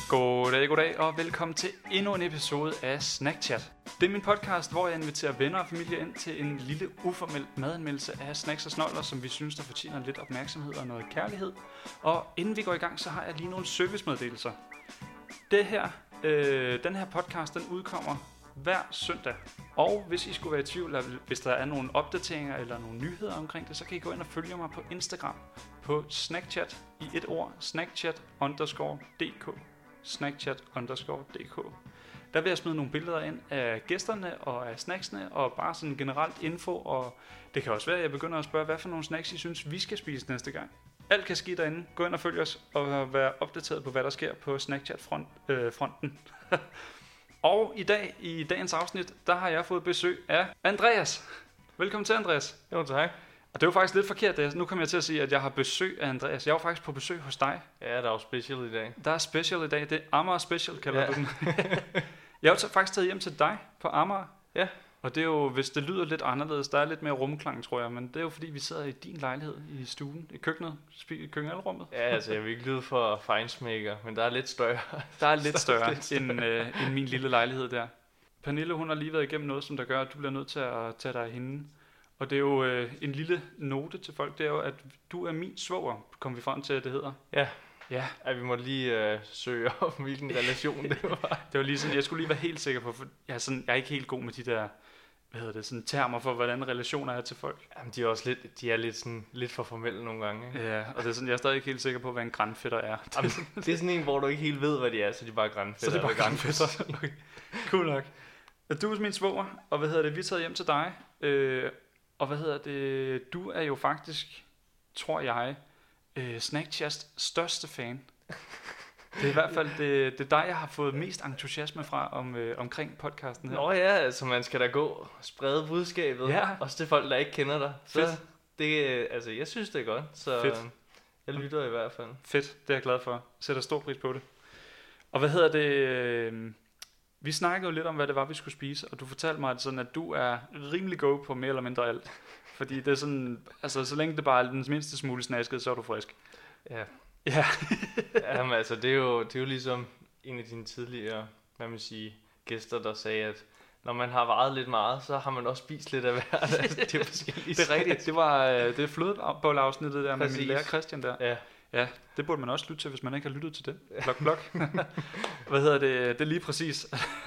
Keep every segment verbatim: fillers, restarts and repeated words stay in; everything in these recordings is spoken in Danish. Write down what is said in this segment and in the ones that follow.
Goddag, goddag og velkommen til endnu en episode af Snack Chat. Det er min podcast, hvor jeg inviterer venner og familie ind til en lille uformel madanmeldelse af snacks og snoller, som vi synes, der fortjener lidt opmærksomhed og noget kærlighed. Og inden vi går i gang, så har jeg lige nogle servicemeddelelser. Det her, øh, den her podcast, den udkommer hver søndag. Og hvis I skulle være i tvivl, eller hvis der er nogle opdateringer eller nogle nyheder omkring det, så kan I gå ind og følge mig på Instagram på snackchat i et ord, snackchat underscore dk. snackchat underscore dk. Der vil jeg smide nogle billeder ind af gæsterne og af snacksene og bare sådan generelt info, og det kan også være, at jeg begynder at spørge, hvad for nogle snacks I synes, vi skal spise næste gang. Alt kan ske derinde. Gå ind og følg os og vær opdateret på, hvad der sker på Snackchat-fronten. Og i dag, i dagens afsnit, der har jeg fået besøg af Andreas. Velkommen til, Andreas. Jo, tak. Og det var faktisk lidt forkert, det. Nu kommer jeg til at sige, at jeg har besøg af Andreas. Jeg var faktisk på besøg hos dig. Ja, der er jo special i dag. Der er special i dag. Det er Amager Special, kalder ja. du den. Jeg har jo faktisk taget hjem til dig på Amager. Ja. Og det er jo, hvis det lyder lidt anderledes, der er lidt mere rumklang, tror jeg. Men det er jo fordi, vi sidder i din lejlighed i stuen, i køkkenet, i køkkenalrummet. Ja, altså jeg vil ikke lyde for feinsmaker, men der er lidt større. Der er lidt større end, øh, end min lille lejlighed der. Pernille, hun har lige været igennem noget, som der gør, at du bliver nødt til at tage dig af hende. Og det er jo øh, en lille note til folk, det er jo, at du er min svoger, kom vi frem til, at det hedder. Ja. Ja. At vi må lige øh, søge om, hvilken relation det var. Det var lige sådan, jeg skulle lige være helt sikker på, for jeg er, sådan, jeg er ikke helt god med de der, hvad hedder det, sådan termer for, hvordan relationer er til folk. Jamen, de er også lidt, de er lidt, sådan, lidt for formelle nogle gange, ikke? Ja, og det er sådan, jeg er stadig ikke helt sikker på, hvad en grandfætter er. Jamen, det er sådan en, hvor du ikke helt ved, hvad de er, så de er bare grandfætter. Så det er bare grandfætter. Okay. Cool nok. Du er min svoger, og hvad hedder det, vi er taget hjem til dig, øh, og hvad hedder det, du er jo faktisk, tror jeg, øh, Snackchats største fan. Det er i hvert fald det, det er dig, jeg har fået mest entusiasme fra om, øh, omkring podcasten her. Nå ja, altså man skal da gå og sprede budskabet. Ja. Også til folk, der ikke kender dig. Så Fedt. det, altså jeg synes, det er godt. Så Fedt. Jeg lytter i hvert fald. Fedt, det er jeg glad for. Jeg sætter stor pris på det. Og hvad hedder det, øh, vi snakkede jo lidt om, hvad det var, vi skulle spise, og du fortalte mig, at, sådan, at du er rimelig go på mere eller mindre alt. Fordi det er sådan, altså så længe det bare er den mindste smule snasket, så er du frisk. Ja. Ja. Jamen altså, det er, jo, det er jo ligesom en af dine tidligere, hvad man siger, gæster, der sagde, at når man har vejet lidt meget, så har man også spist lidt af hvert. Altså, det er forskellige. Det er rigtigt. Det var øh, det flødebolle-afsnittet der Præcis. Med min lærer Christian der. Ja. Ja, det burde man også lytte til, hvis man ikke har lyttet til det. Blok, blok. Hvad hedder det? Det er lige præcis.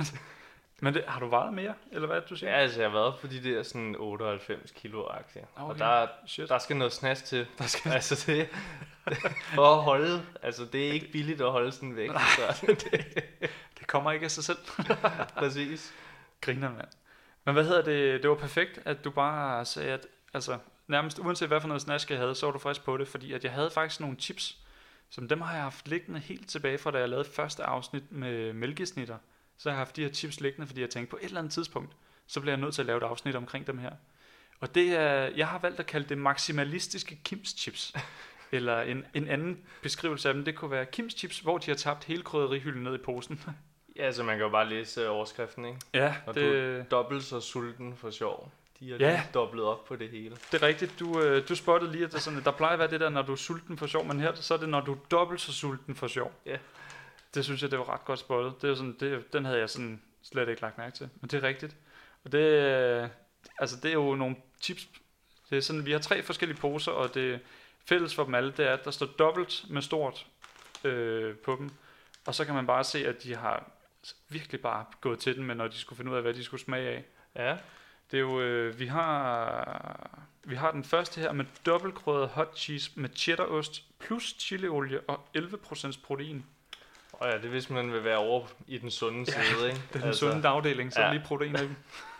Men det, har du vejet mere, eller hvad du siger? Ja, altså jeg har været på de der sådan otteoghalvfems kilo aktier. Okay. Og der, der skal noget snas til. Der skal altså det, det, for at holde, altså det er ikke billigt at holde sådan væk. Så det, det kommer ikke af sig selv. Præcis. Griner, mand. Men hvad hedder det? Det var perfekt, at du bare sagde, at altså, nærmest uanset hvad for noget snask jeg havde, så var du frisk på det, fordi at jeg havde faktisk nogle chips, som dem har jeg haft liggende helt tilbage fra, da jeg lavede første afsnit med mælkesnitter. Så har jeg haft de her chips liggende, fordi jeg tænkte, på et eller andet tidspunkt, så bliver jeg nødt til at lave et afsnit omkring dem her. Og det er, jeg har valgt at kalde det maksimalistiske Kims chips. Eller en, en anden beskrivelse af dem, det kunne være Kims chips, hvor de har tabt hele krydderihylden ned i posen. Ja, så man kan jo bare læse overskriften, ikke? Ja, og det... du er dobbelt så sulten for sjov. De har ja. lige dobblet op på det hele. Det er rigtigt. Du, du spottede lige, at det sådan, at der plejer at være det der, når du er sulten for sjov, men her så er det, når du er dobbelt så sulten for sjov. Ja. Det synes jeg, det var ret godt spottet. Det er sådan, det, den havde jeg sådan slet ikke lagt mærke til. Men det er rigtigt. Og det, altså det er jo nogle chips. Det er sådan, vi har tre forskellige poser, og det fælles for dem alle, det er, at der står dobbelt med stort øh, på dem. Og så kan man bare se, at de har virkelig bare gået til den, men når de skulle finde ud af, hvad de skulle smage af. Ja. Det er jo, øh, vi har vi har den første her med dobbeltkrydret hot cheese med cheddarost plus chiliolie og elleve procent protein. Og ja, det er hvis man vil være over i den sunde ja, side, ikke? Det er den altså, sunde afdeling, så ja. Lige protein i den.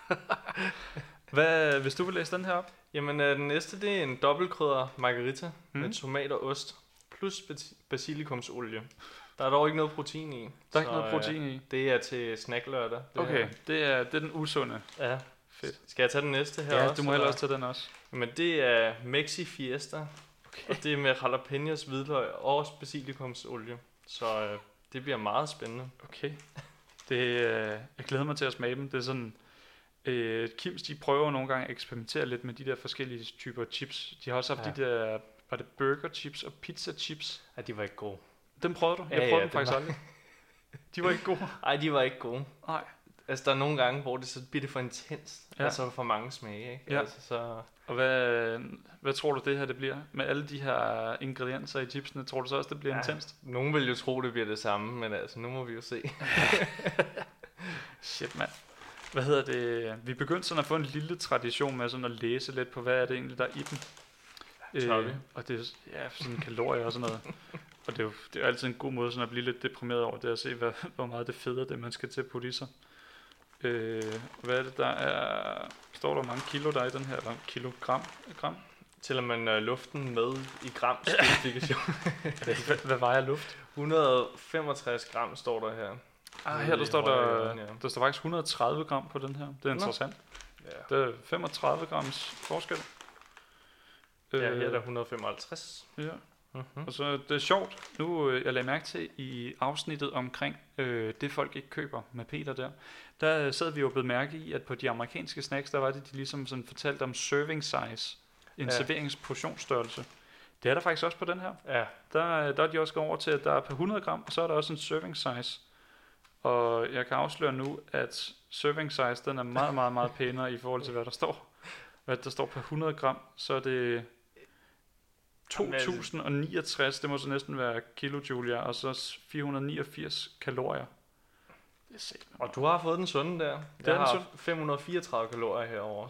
Hvad, hvis du vil læse den her op? Jamen, øh, den næste, det er en dobbeltkrydret margarita mm. med tomat og ost plus basilikumsolie. Der er dog ikke noget protein i. Der er så, ikke noget protein i? Øh, det er til snacklørdag. Okay, det er, det er den usunde. Ja. Fedt. Skal jeg tage den næste her ja, også? Ja, du må heller også tage den også. Men det er Mexi Fiesta. Okay. Og det er med jalapenos, hvidløg og basilikumsolie. Så øh, det bliver meget spændende. Okay. Det, øh, jeg glæder mig til at smage dem. Det er sådan, øh, Kims, de prøver nogle gange at eksperimentere lidt med de der forskellige typer chips. De har også haft ja. de der, var det burger chips og pizza chips? Ja, de var ikke gode. Dem prøvede du? Jeg ja, prøvede ja, dem faktisk var... aldrig. De var ikke gode? Nej, de var ikke gode. Nej. Altså, der er nogle gange, hvor det så bliver det for intenst. Ja. Altså for mange smage, ikke? Ja. Altså, så... Og hvad, hvad tror du det her det bliver? Med alle de her ingredienser i chipsene, tror du så også det bliver ja. intenst? Nogen vil jo tro det bliver det samme, men altså nu må vi jo se. Shit mand. Hvad hedder det? Vi begyndte sådan at få en lille tradition med sådan at læse lidt på, hvad er det egentlig der er i den. Øh, og det er ja, sådan kalorier og sådan noget. Og det er jo det er jo altid en god måde sådan at blive lidt deprimeret over det, at se, hvad, hvor meget det federe det, man skal til at putte i sig. Øh, hvad er det, der er... Står der mange kilo, der er i den her? Eller kilogram? Gram? Tæller man uh, luften med i gram specifikation? hvad, hvad vejer luft? et hundrede og femogtres gram står der her. Ah, her der står der, ja. Der står faktisk et hundrede og tredive gram på den her. Det er interessant. Ja. Det er femogtredive grams forskel. Ja, her er der et hundrede og femoghalvtreds. Ja. Mm-hmm. Og så det er sjovt. Nu jeg lagde mærke til i afsnittet omkring øh, det folk ikke køber med Peter der. Der sad vi jo blevet mærke i, at på de amerikanske snacks, der var det de ligesom sådan fortalt om serving size. En ja. serveringsportionsstørrelse. Det er der faktisk også på den her. Ja. Der, der er de også gået over til, at der er per hundrede gram, og så er der også en serving size. Og jeg kan afsløre nu, at serving size, den er meget, meget, meget pænere i forhold til, hvad der står. Hvad der står per hundrede gram, så er det to tusind niogtres, det må så næsten være kilojoule, og så fire hundrede niogfirs kalorier. Det er set, og du har fået den sunde der. Det jeg har har fem hundrede og fireogtredive kalorier herovre.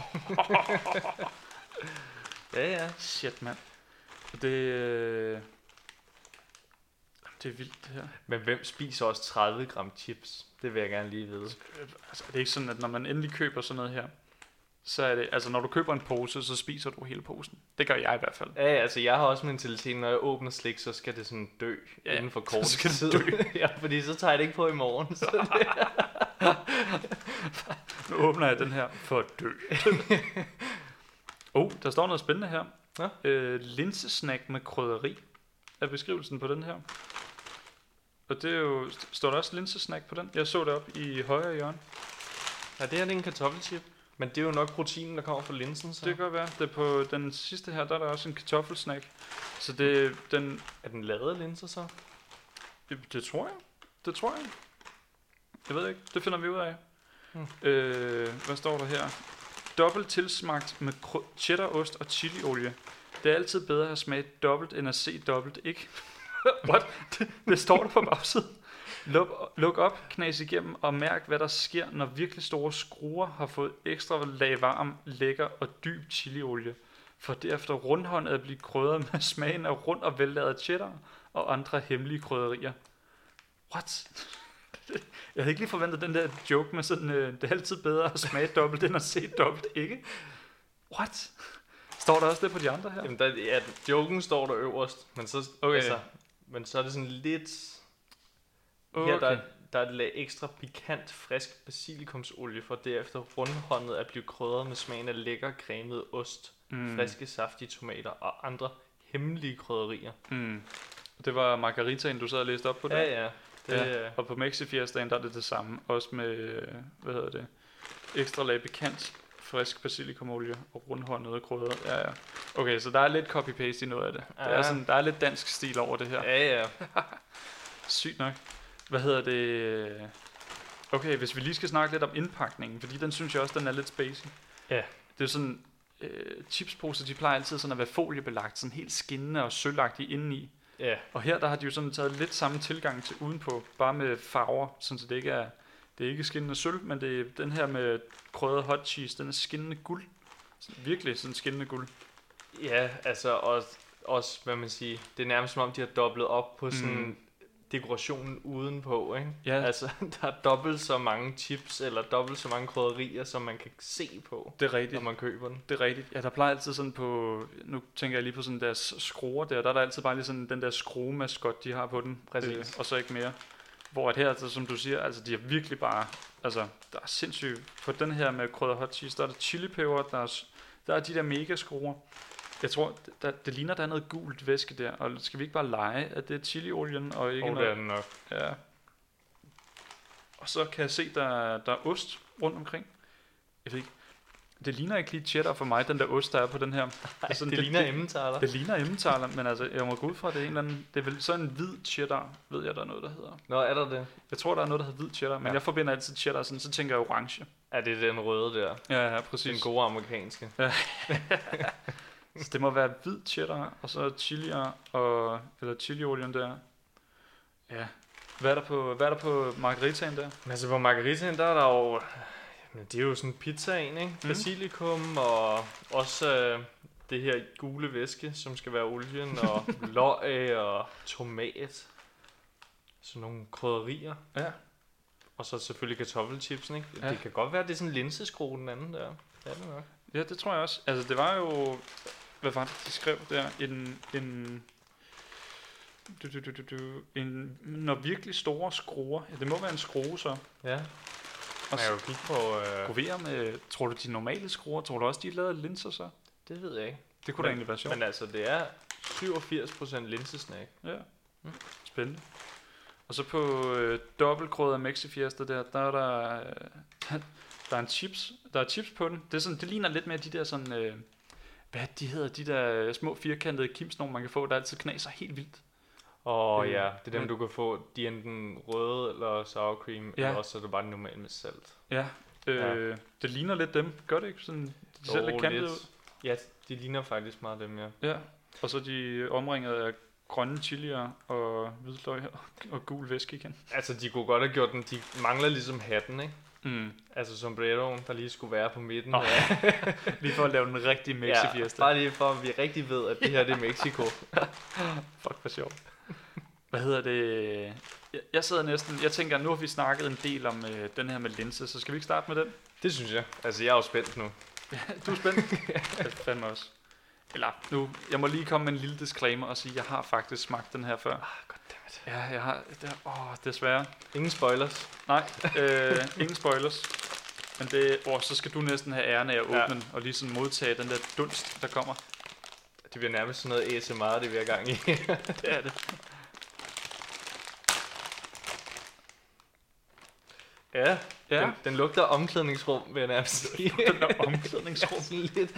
ja, ja. Shit, mand. Det, øh, det er vildt, det her. Men hvem spiser også tredive gram chips? Det vil jeg gerne lige vide. Altså, det er ikke sådan, at når man endelig køber sådan noget her, så er det, altså når du køber en pose, så spiser du hele posen. Det gør jeg i hvert fald. Ja, altså jeg har også mentaliteten, når jeg åbner slik, så skal det sådan dø ja, inden for kort så skal tid. Det dø. Ja, fordi så tager jeg det ikke på i morgen. Så det... Nu åbner jeg den her for at dø. Oh, der står noget spændende her. Ja? Øh, linsesnack med krydderi er beskrivelsen på den her. Og det er jo, står der også linsesnack på den? Jeg så det op i højre hjørne. Ja, det her det er en kartoffelchip. Men det er jo nok proteinen, der kommer fra linsen, så. Det kan godt være. Det er på den sidste her, der er der også en kartoffelsnack. Så det den... Er den lavet af linser, så? Det, det tror jeg. Det tror jeg. Jeg ved ikke. Det finder vi ud af. Hmm. Øh, hvad står der her? Dobbelt tilsmagt med cheddarost og chiliolie. Det er altid bedre at have smagt dobbelt, end at se dobbelt, ikke? What? Det, det står der på bagsiden. Luk, luk op, knas igennem og mærk, hvad der sker, når virkelig store skruer har fået ekstra lag varm, lækker og dyb chiliolie. For derefter rundhåndet at blive krydret med smagen af rund og vellaget cheddar og andre hemmelige krydderier. What? Jeg havde ikke lige forventet den der joke med sådan, øh, det er altid bedre at smage dobbelt, end at se dobbelt, ikke? What? Står der også det på de andre her? Jamen, der, ja, joken står der øverst, men så, okay. altså, men så er det sådan lidt... Okay. Her der, der er et lag ekstra pikant, frisk basilikumsolie, for derefter rundhåndet at blive krydret med smagen af lækker cremet ost, mm. friske saftige tomater og andre hemmelige krydderier. Mm. Det var margaritaen, du sad og læste op på det? Ja, ja. Det, ja. Og på Mexifiestaen, der er det det samme. Også med, hvad hedder det, ekstra lag pikant, frisk basilikumolie og rundhåndet krydder. Ja, ja. Okay, så der er lidt copy-paste i noget af det. Ja. Det er sådan, der er lidt dansk stil over det her. Ja, ja. Sygt nok. Hvad hedder det? Okay, hvis vi lige skal snakke lidt om indpakningen, fordi den synes jeg også, den er lidt spacey. Ja. Det er sådan, øh, chipsposer, de plejer altid sådan at være foliebelagt, sådan helt skinnende og sølvagtige indeni. Ja. Og her, der har de jo sådan taget lidt samme tilgang til udenpå, bare med farver, sådan så det ikke er, det er ikke skinnende sølv, men det er den her med krydret hot cheese, den er skinnende guld. Sådan, virkelig sådan skinnende guld. Ja, altså også, også, hvad man siger, det er nærmest som om, de har dobblet op på sådan... Mm. dekorationen udenpå, ikke? Ja. Altså, der er dobbelt så mange chips, eller dobbelt så mange krydderier, som man kan se på, det er rigtigt. når man køber den. Det er rigtigt. Ja, der plejer altid sådan på, nu tænker jeg lige på sådan deres skruer der, der er der altid bare lige sådan den der skruemaskot, de har på den. Præcis. Øh, og så ikke mere. Hvor at her, altså, som du siger, altså de er virkelig bare, altså der er sindssygt, på den her med krydder hot cheese, der er der chilipeber, der er, der er de der mega skruer. Jeg tror, der, det ligner, der er noget gult væske der, og skal vi ikke bare lege, at det er chiliolien og ikke oh, noget? Det er den nok. Ja. Og så kan jeg se, der, der er ost rundt omkring. Jeg ved ikke, Det ligner ikke lige cheddar for mig, den der ost, der er på den her. Det, er sådan, det, det ligner emmentaler. Det ligner emmentaler, men altså, jeg må gå ud fra, at det er en eller anden... Det er vel sådan en hvid cheddar, ved jeg, der er noget, der hedder. Nå, er der det? Jeg tror, der er noget, der hedder hvid cheddar, men ja. Jeg forbinder altid cheddar sådan, så tænker jeg orange. Er det den røde der? Ja, ja, præcis. Den gode amerikanske. Ja. Så det må være hvid cheddar, og så chilier, og, eller chiliolien der. Ja. Hvad er der på, hvad er der på margaritaen der? Men altså på margaritaen, der er der jo... Jamen, det er jo sådan pizzaen, ikke? Mm. Basilikum, og også øh, det her gule væske, som skal være olien, og løg og tomat. Sådan nogle krydderier. Ja. Og så selvfølgelig kartoffelchipsen, ikke? Ja. Det kan godt være, det er sådan en linseskrue, den anden der. Det er det nok. Ja, det tror jeg også. Altså, det var jo... Hvad var det, de skrev der? En... en du, du, du, du, du, en når virkelig store skruer. Ja, det må være en skrue, så. Ja. Og jeg jo kigge på... Øh... Provere med... Tror du, de normale skruer? Tror du også, de er lavet af linser, så? Det ved jeg ikke. Det kunne men, da egentlig være sjovt. Men altså, det er syvogfirs procent linsesnack. Ja. Mm. Spændende. Og så på øh, dobbeltkrydder Mexifiesta der, der er der... Øh, der er en chips. Der er chips på den. Det, er sådan, det ligner lidt mere de der sådan... Øh, hvad de hedder? De der små firkantede kimsnogen, man kan få, der altid knaser helt vildt. Åh oh, øh, ja, det er dem, du kan få. De er enten røde eller sour cream, ja. Eller også så er det bare normalt med salt. Ja, øh, ja, det ligner lidt dem. Gør det ikke? Sådan, de ser oh, lidt kantet ud. Ja, de ligner faktisk meget dem, ja. Ja, og så er de omringet af grønne chilier og hvidløg og, og gul væske igen. Altså, de kunne godt have gjort den. De mangler ligesom hatten, ikke? Mm. Altså sombreroen, der lige skulle være på midten. Oh. Ja. Lige for at lave den rigtige Mexifiesta. Ja, bare lige for at vi rigtig ved, at det her det er Mexico. Fuck, hvor sjovt. Hvad hedder det? Jeg, jeg sidder næsten... Jeg tænker, nu har vi snakket en del om øh, den her med linse, så skal vi ikke starte med den? Det synes jeg. Altså, jeg er jo spændt nu. Du er spændt? Jeg fandme også. Eller, nu... Jeg må lige komme med en lille disclaimer og sige, at jeg har faktisk smagt den her før. Ah, goddammit. Ja, jeg har... Det, åh, desværre. Ingen spoilers. Nej, øh, ingen spoilers. Men det... Åh, så skal du næsten have æren af at åbne ja. den, og lige sådan modtage den der dunst, der kommer. Det bliver nærmest sådan noget A S M R, det vi er gang i. Det er det. Ja, ja. Den, den lugter omklædningsrum, vil jeg nærmest sige. Den er omklædningsrum. Sådan lidt.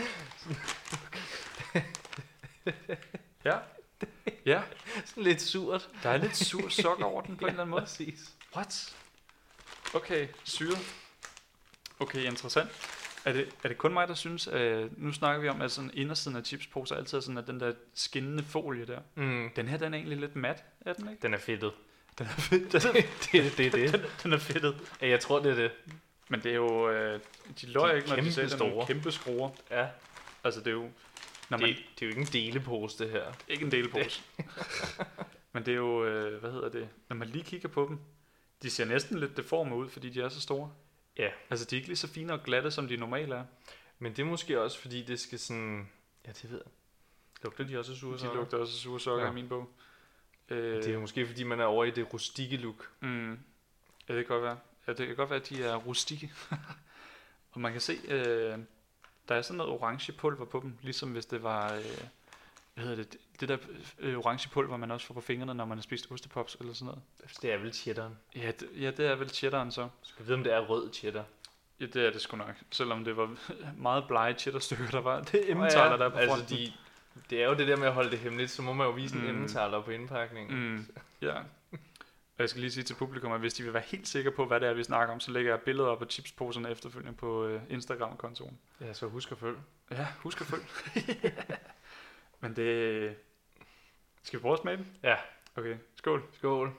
Ja. Ja. Sådan lidt surt. Der er lidt sur sok over den på ja, en eller anden måde. Præcis. What? Okay, syret. Okay, interessant. Er det, er det kun mig, der synes, at nu snakker vi om, at sådan indersiden af chipsposer altid er sådan, at den der skinnende folie der. Mm. Den her, den er egentlig lidt mat, er den ikke? Den er fedtet. Den er fedt. Den er, det, det er det. Den, den er fedtet. Ja, jeg tror, det er det. Men det er jo... Øh, de løg ikke, når de sætter store. nogle kæmpe skruer. Ja. Altså, det er jo... Når det, man, det er jo ikke en delepose, det her. Ikke en delepose. Men det er jo... Øh, hvad hedder det? Når man lige kigger på dem, de ser næsten lidt deforme ud, fordi de er så store. Ja. Altså, de er ikke lige så fine og glatte, som de normalt er. Men det er måske også, fordi det skal sådan... Ja, det ved jeg. Lugter de også af sure sokker? De lugter også af sure sokker ja. i min bog. Det er måske fordi man er over i det rustikke look. Mm. Ja, det kan godt være. Ja, det kan godt være, at de er rustikke. Og man kan se, øh, der er sådan noget orange pulver på dem, ligesom hvis det var, øh, hvad hedder det, det der øh, orange pulver, man også får på fingrene, når man har spist ostepops eller sådan noget. Det er vel cheddaren. Ja, det, ja, det er vel cheddaren så. Skal vi vide, om det er rød cheddar? Ja, det er det sgu nok. Selvom det var meget blege cheddarstykker, der var. Det er emmentaler, der er på altså fronten. De, det er jo det der med at holde det hemmeligt, så må man jo vise mm. en emmentaler på indpakningen. Mm. Ja. Og jeg skal lige sige til publikum, at hvis de vil være helt sikre på, hvad det er, vi snakker om, så lægger jeg billeder op af chipsposerne efterfølgende på øh, Instagram-kontoen. Ja, så husk at følge. Ja, husk at følge. Men det... Skal vi prøve at smage dem? Ja. Okay, skål. Skål.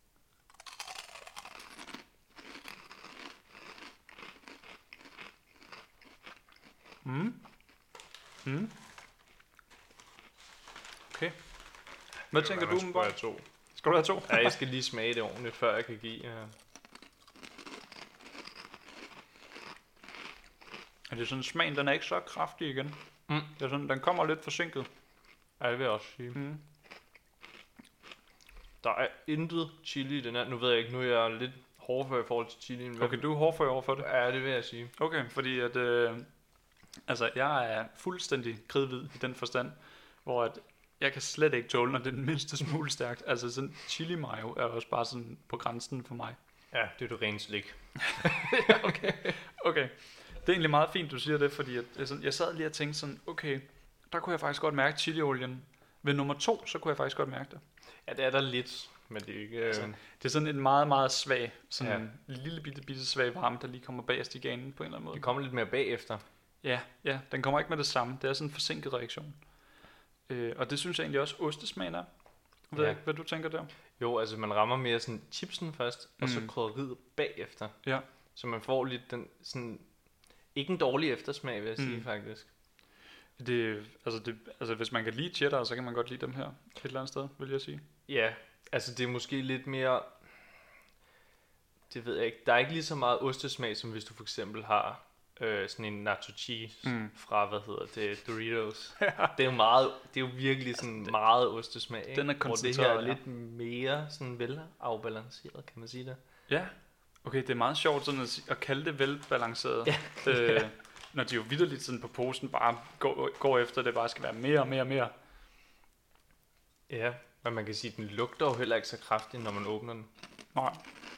Mm. Mm. Okay. Hvad tænker du om bare? To. Skal du have to? Ja, jeg skal lige smage det ordentligt, før jeg kan give. Ja. Er det sådan, smagen den er ikke så kraftig igen? Mm. Det er sådan, den kommer lidt forsinket. Ja, det vil jeg også sige. Mm. Der er intet chili i den her. Nu ved jeg ikke, nu er jeg lidt hårdfør i forhold til chilien. Okay, du er hårdfør over for det? Ja, det vil jeg sige. Okay, fordi at... Øh, altså, jeg er fuldstændig kridhvid i den forstand, hvor at jeg kan slet ikke tåle, når det er den mindste smule stærkt. Altså, sådan chili mayo er også bare sådan på grænsen for mig. Ja, det er du rent slik. Ja, okay. Okay. Det er egentlig meget fint, du siger det, fordi at, jeg, sådan, jeg sad lige og tænkte sådan, okay, der kunne jeg faktisk godt mærke chiliolien. Ved nummer to, så kunne jeg faktisk godt mærke det. Ja, det er der lidt, men det er ikke... Øh... Altså, det er sådan en meget, meget svag, sådan Ja. en lille bitte, bitte svag varme, der lige kommer bagerst i ganen på en eller anden måde. Det kommer lidt mere bagefter. Ja, ja, den kommer ikke med det samme. Det er sådan en forsinket reaktion. Øh, og det synes jeg egentlig også ostesmagen er. Jeg ved Ja. ikke, hvad du tænker der? Jo, altså man rammer mere sådan chipsen først, og så Mm. krydderiet bagefter. Ja. Så man får lidt den sådan... Ikke en dårlig eftersmag, vil jeg sige Mm. faktisk. Det, altså, det, altså hvis man kan lide cheddar, så kan man godt lide dem her et eller andet sted, vil jeg sige. Ja, altså det er måske lidt mere... Det ved jeg ikke. Der er ikke lige så meget ostesmag, som hvis du for eksempel har øh, sådan en nacho cheese Mm. fra, hvad hedder det, Doritos. Det er jo meget, det er jo virkelig sådan meget ostesmag, ikke? Den er Hvor det her koncentreret, er ja. lidt mere sådan velafbalanceret, kan man sige det. Ja, okay, det er meget sjovt sådan at, sige- at kalde det velbalanceret. Ja. Øh, når de jo vitterligt sådan på posten bare går, går efter, det bare skal være mere og mere og mere. Ja, men man kan sige, at den lugter jo heller ikke så kraftigt, når man åbner den. Nej.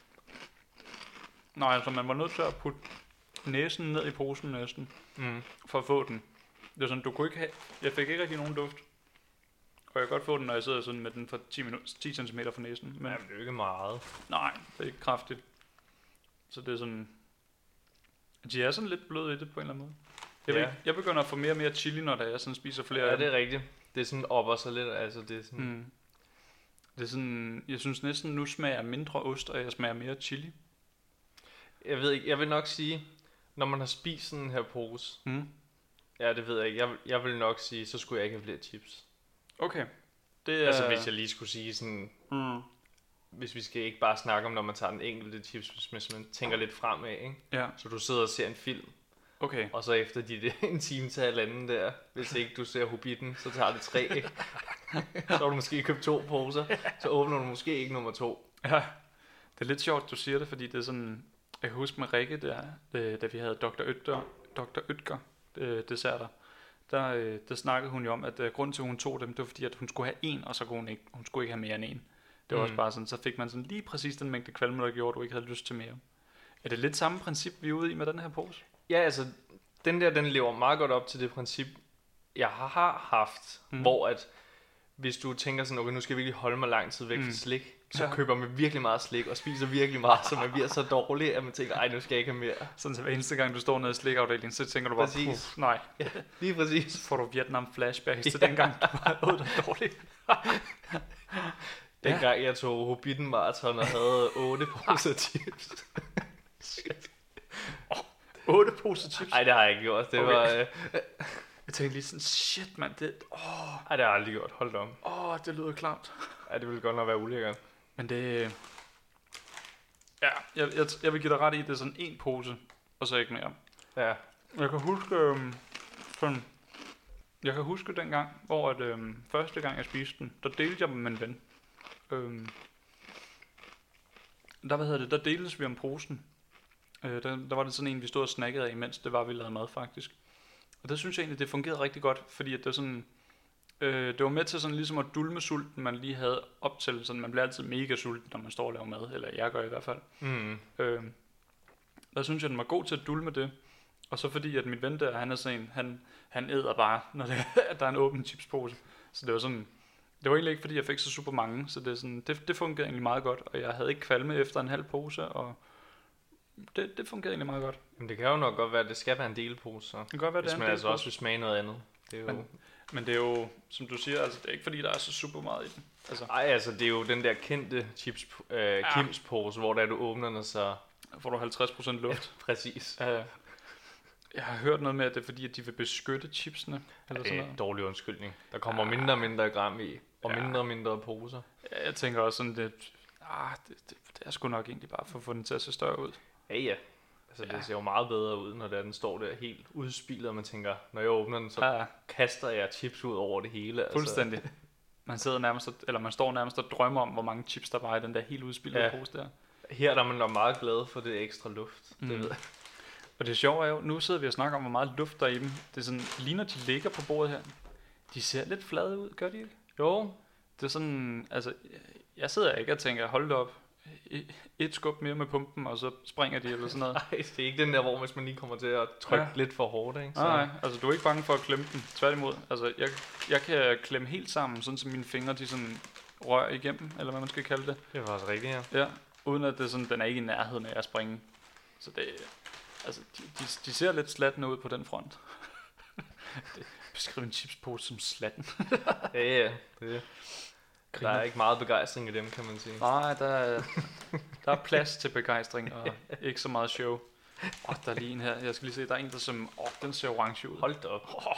Nej, altså man var nødt til at putte næsen ned i posen næsten, Mm. for at få den. Det er sådan, du kunne ikke have, jeg fik ikke rigtig nogen duft. Og jeg kan godt få den, når jeg sidder sådan med den for ti, minutter, ti centimeter fra næsen. Men Men det er jo ikke meget. nej, det er ikke kraftigt. Så det er sådan, de er sådan lidt bløde i det på en eller anden måde. Jeg, Ja. ja. jeg begynder at få mere og mere chili, når jeg sådan spiser flere Ja, af det dem. er rigtigt. Det er sådan opper sig lidt, altså det er sådan... Mm. Det er sådan, jeg synes næsten, nu smager jeg mindre ost, og jeg smager mere chili. Jeg ved ikke, jeg vil nok sige, når man har spist sådan en her pose, Mm. ja, det ved jeg ikke, jeg, jeg vil nok sige, så skulle jeg ikke have flere chips. Okay. Det er, Altså hvis jeg lige skulle sige sådan, mm. hvis vi skal ikke bare snakke om, når man tager den enkelte chips, hvis man tænker lidt fremad, ikke? Ja, Så du sidder og ser en film, okay. og så efter de en time til halvanden der, hvis ikke du ser Hobbiten, så tager det tre, ikke? Så har du måske købt to poser, så åbner du måske ikke nummer to. Ja, det er lidt sjovt, du siger det, fordi det er sådan, jeg kan huske med Rikke, der, da da vi havde doktor Ytger, doktor Ytger øh, desserter, der, øh, der snakkede hun jo om, at øh, grunden til, at hun tog dem, det var fordi, at hun skulle have en, og så kunne hun ikke, hun skulle ikke have mere end en. Det var Mm. også bare sådan, så fik man sådan lige præcis den mængde kvalme, der gjorde, at du ikke havde lyst til mere. Er det lidt samme princip, vi er ude i med den her pose? Ja, altså, den der, den lever meget godt op til det princip, jeg har haft, Mm. mm. hvor at, hvis du tænker sådan, okay, nu skal jeg virkelig holde mig lang tid væk Mm. fra slik, så Ja. køber man virkelig meget slik, og spiser virkelig meget, så man bliver så dårlig, at man tænker, ej, nu skal jeg ikke have mere. Sådan så hver eneste gang, du står nede i slikafdelingen, så tænker du bare, Præcis. puh, nej, Ja, lige præcis. så får du Vietnam flashbacks til Ja. dengang, du var åd dig dårligt. Dengang jeg tog Hobbiten Marathon og havde otte poser chips. otte poser chips. Ej, det har jeg ikke gjort. Det Okay. var, øh, Jeg tænkte lige sådan, shit mand, det, åh, ej, det har jeg aldrig gjort. Hold da om. åh, det lyder klart. Ej, det ville godt nok være ulækkert. Men det, ja, jeg, jeg, jeg vil give dig ret i, at det er sådan en pose, og så ikke mere. Ja. Jeg kan huske, øhm, sådan, jeg kan huske dengang, hvor at, øhm, første gang jeg spiste den, der delte jeg med en ven. Øhm, der, hvad hedder det, der deltes vi om posen. Øh, der, der var det sådan en, vi stod og snakkede af, imens det var, vi lavede mad faktisk. Og der synes jeg egentlig, det fungerede rigtig godt, fordi at det var sådan, øh, det var med til sådan ligesom at dulme sulten, man lige havde op til. Sådan, man bliver altid mega sulten, når man står og laver mad, eller jeg gør i hvert fald. Mm. Øh, der synes jeg, den var god til at dulme det. Og så fordi, at min ven der, han er sådan en, han, han æder bare, når det, der er en åben chipspose. Så det var sådan, det var egentlig ikke fordi, jeg fik så super mange, så det, er sådan, det, det fungerede egentlig meget godt. Og jeg havde ikke kvalme efter en halv pose, og det, det fungerede egentlig meget godt. Jamen, det kan jo nok godt være, at det skal være en delpose, så. Det kan godt være, Hvis det er man en altså delpose. også vil smage noget andet. Det er jo... Men- Men det er jo, som du siger, altså det er ikke fordi, der er så super meget i den. Altså, Ej, altså det er jo den der kendte chips, øh, Ja. Kims pose, hvor der du åbner den, så... får du halvtreds procent luft. Præcis. Ja. Uh, jeg har hørt noget med, at det er fordi, at de vil beskytte chipsene. Eller Ja, det sådan er noget. en dårlig undskyldning. Der kommer mindre og mindre gram i, og Ja. mindre og mindre poser. Ja, jeg tænker også sådan, det, ah, det, det, det er sgu nok egentlig bare for at få den til at se større ud. Ja, ja. Altså det Ja. ser jo meget bedre ud, når der den står der helt udspillet, og man tænker, når jeg åbner den, så Ja, kaster jeg chips ud over det hele. Altså. fuldstændig. Man sidder nærmest, og- eller man står nærmest og drømmer om, hvor mange chips der var i den der helt udspillede Ja. pose der. Her der er man nok meget glad for det ekstra luft. Mm. Det Mm. ved jeg. Og det sjove er jo, nu sidder vi og snakker om, hvor meget luft der er i dem. Det er sådan, lige når de ligger på bordet her, de ser lidt flade ud, gør de ikke? Jo, Det er sådan, altså, jeg sidder ikke og tænker, hold da op, et skub mere med pumpen, og så springer de eller sådan noget. Nej, det er ikke den der, hvor hvis man lige kommer til at trykke ja. lidt for hårdt, ikke? Så... Nej, altså du er ikke bange for at klemme den. Tværtimod. Altså jeg, jeg kan klemme helt sammen, sådan som mine fingre, de sådan rører igennem, eller hvad man skal kalde det. Det er faktisk rigtigt, ja. Ja, uden at det sådan, den er ikke i nærheden af at springe. Så det, altså de, de, de ser lidt slattende ud på den front. Det, beskriv en chipspose som slatten. Ja, ja. Det. Der er ikke meget begejstring i dem, kan man sige. Nej, der er, der er plads til begejstring og ikke så meget show. Åh, oh, der er lige en her. Jeg skal lige se, der er en, der som... Åh, oh, den ser orange ud. Hold da op. Oh.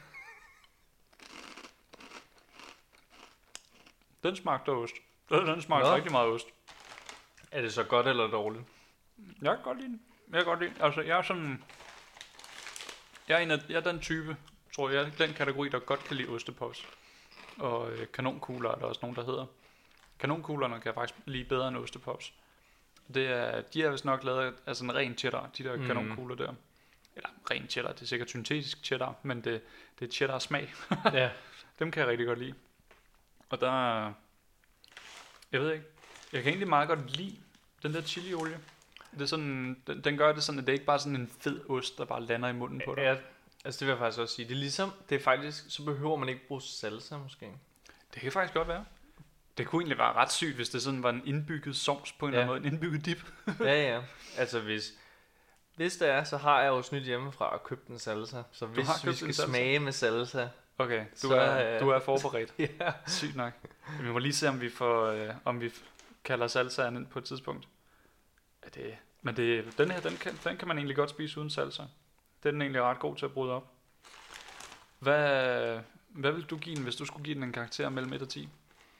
Den smagte ost. Den smagte Nå. rigtig meget ost. Er det så godt eller dårligt? Jeg kan godt lide den. Jeg kan godt lide den. Altså, jeg er sådan... Jeg er, en af, jeg er den type, tror jeg, den kategori, der godt kan lide ostepops. Og øh, kanonkugler er der også nogen, der hedder. Kanonkuglerne kan jeg faktisk lide bedre end ostepops. Det er, de er vist nok lavet af sådan en ren cheddar, de der mm. kanonkugler der. Eller ren cheddar, det er sikkert syntetisk cheddar, men det, det er cheddar smag. Ja. Dem kan jeg rigtig godt lide. Og der, jeg ved ikke, jeg kan egentlig meget godt lide den der chiliolie. Det er sådan, den, den gør det sådan, at det ikke bare er sådan en fed ost, der bare lander i munden på dig. Ja, altså det vil jeg faktisk også sige. Det er ligesom, det er faktisk, så behøver man ikke bruge salsa måske. Det kan faktisk godt være. Det kunne egentlig være ret sygt, hvis det sådan var en indbygget sovs på en ja. eller anden måde, en indbygget dip. Ja, ja. Altså hvis, hvis det er, så har jeg jo snydt hjemmefra og købt en salsa. Så hvis vi skal smage med salsa. Okay, du, så, er, du er forberedt. Ja. Sygt nok. Vi må lige se, om vi får, øh, om vi kalder salsaen ind på et tidspunkt. Ja, det, men det, den her, den kan, den kan man egentlig godt spise uden salsa. Det er den egentlig ret god til at bryde op. Hvad, hvad vil du give den, hvis du skulle give den en karakter mellem et og ti?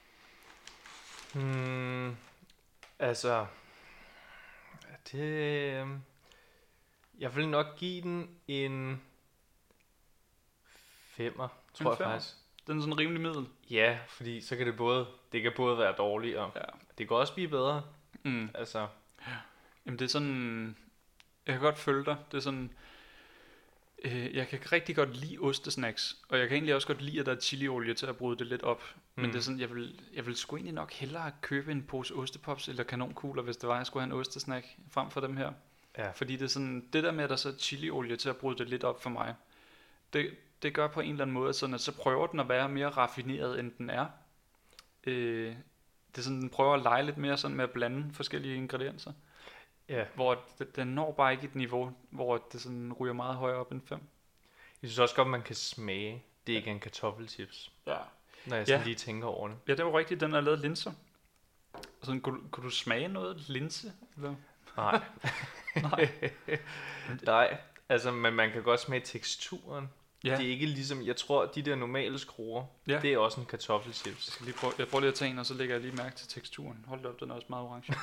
Hmm, altså, det, jeg vil nok give den en femmer, tror en jeg femmer. faktisk. Den er sådan rimelig middel. Ja, fordi så kan det både, det kan både være dårligt, og ja. det kan også blive bedre. Mm. Altså. Ja. Jamen det er sådan, jeg kan godt følge dig. Det er sådan, øh, jeg kan rigtig godt lide ostesnacks, og jeg kan egentlig også godt lide, at der er chiliolie til at bryde det lidt op. Mm. Men det er sådan, jeg vil, jeg vil sgu egentlig nok hellere købe en pose ostepops eller kanonkugler, hvis det var, jeg skulle have en ostesnack frem for dem her. Ja. Fordi det er sådan, det der med, at der så er chiliolie til at bryde det lidt op for mig, det, det gør på en eller anden måde, sådan at så prøver den at være mere raffineret, end den er. Øh, det er sådan, den prøver at lege lidt mere sådan med at blande forskellige ingredienser. Ja. Hvor det, den når bare ikke et niveau, hvor det sådan ryger meget højere op end fem. Jeg synes også godt, man kan smage, det er ikke en kartoffelchips. Ja. Når jeg sådan ja. lige tænker over det. Ja, det var rigtigt, den er lavet linser. Sådan, kunne, kunne du smage noget linse? Eller? Nej. Nej. Nej, altså, men man kan godt smage teksturen. Ja. Det er ikke ligesom, jeg tror, de der normale skruer, ja. det er også en kartoffelchips. Jeg, skal lige prøve, jeg prøver lige at tage en, og så lægger jeg lige mærke til teksturen. Hold da op, den er også meget orange.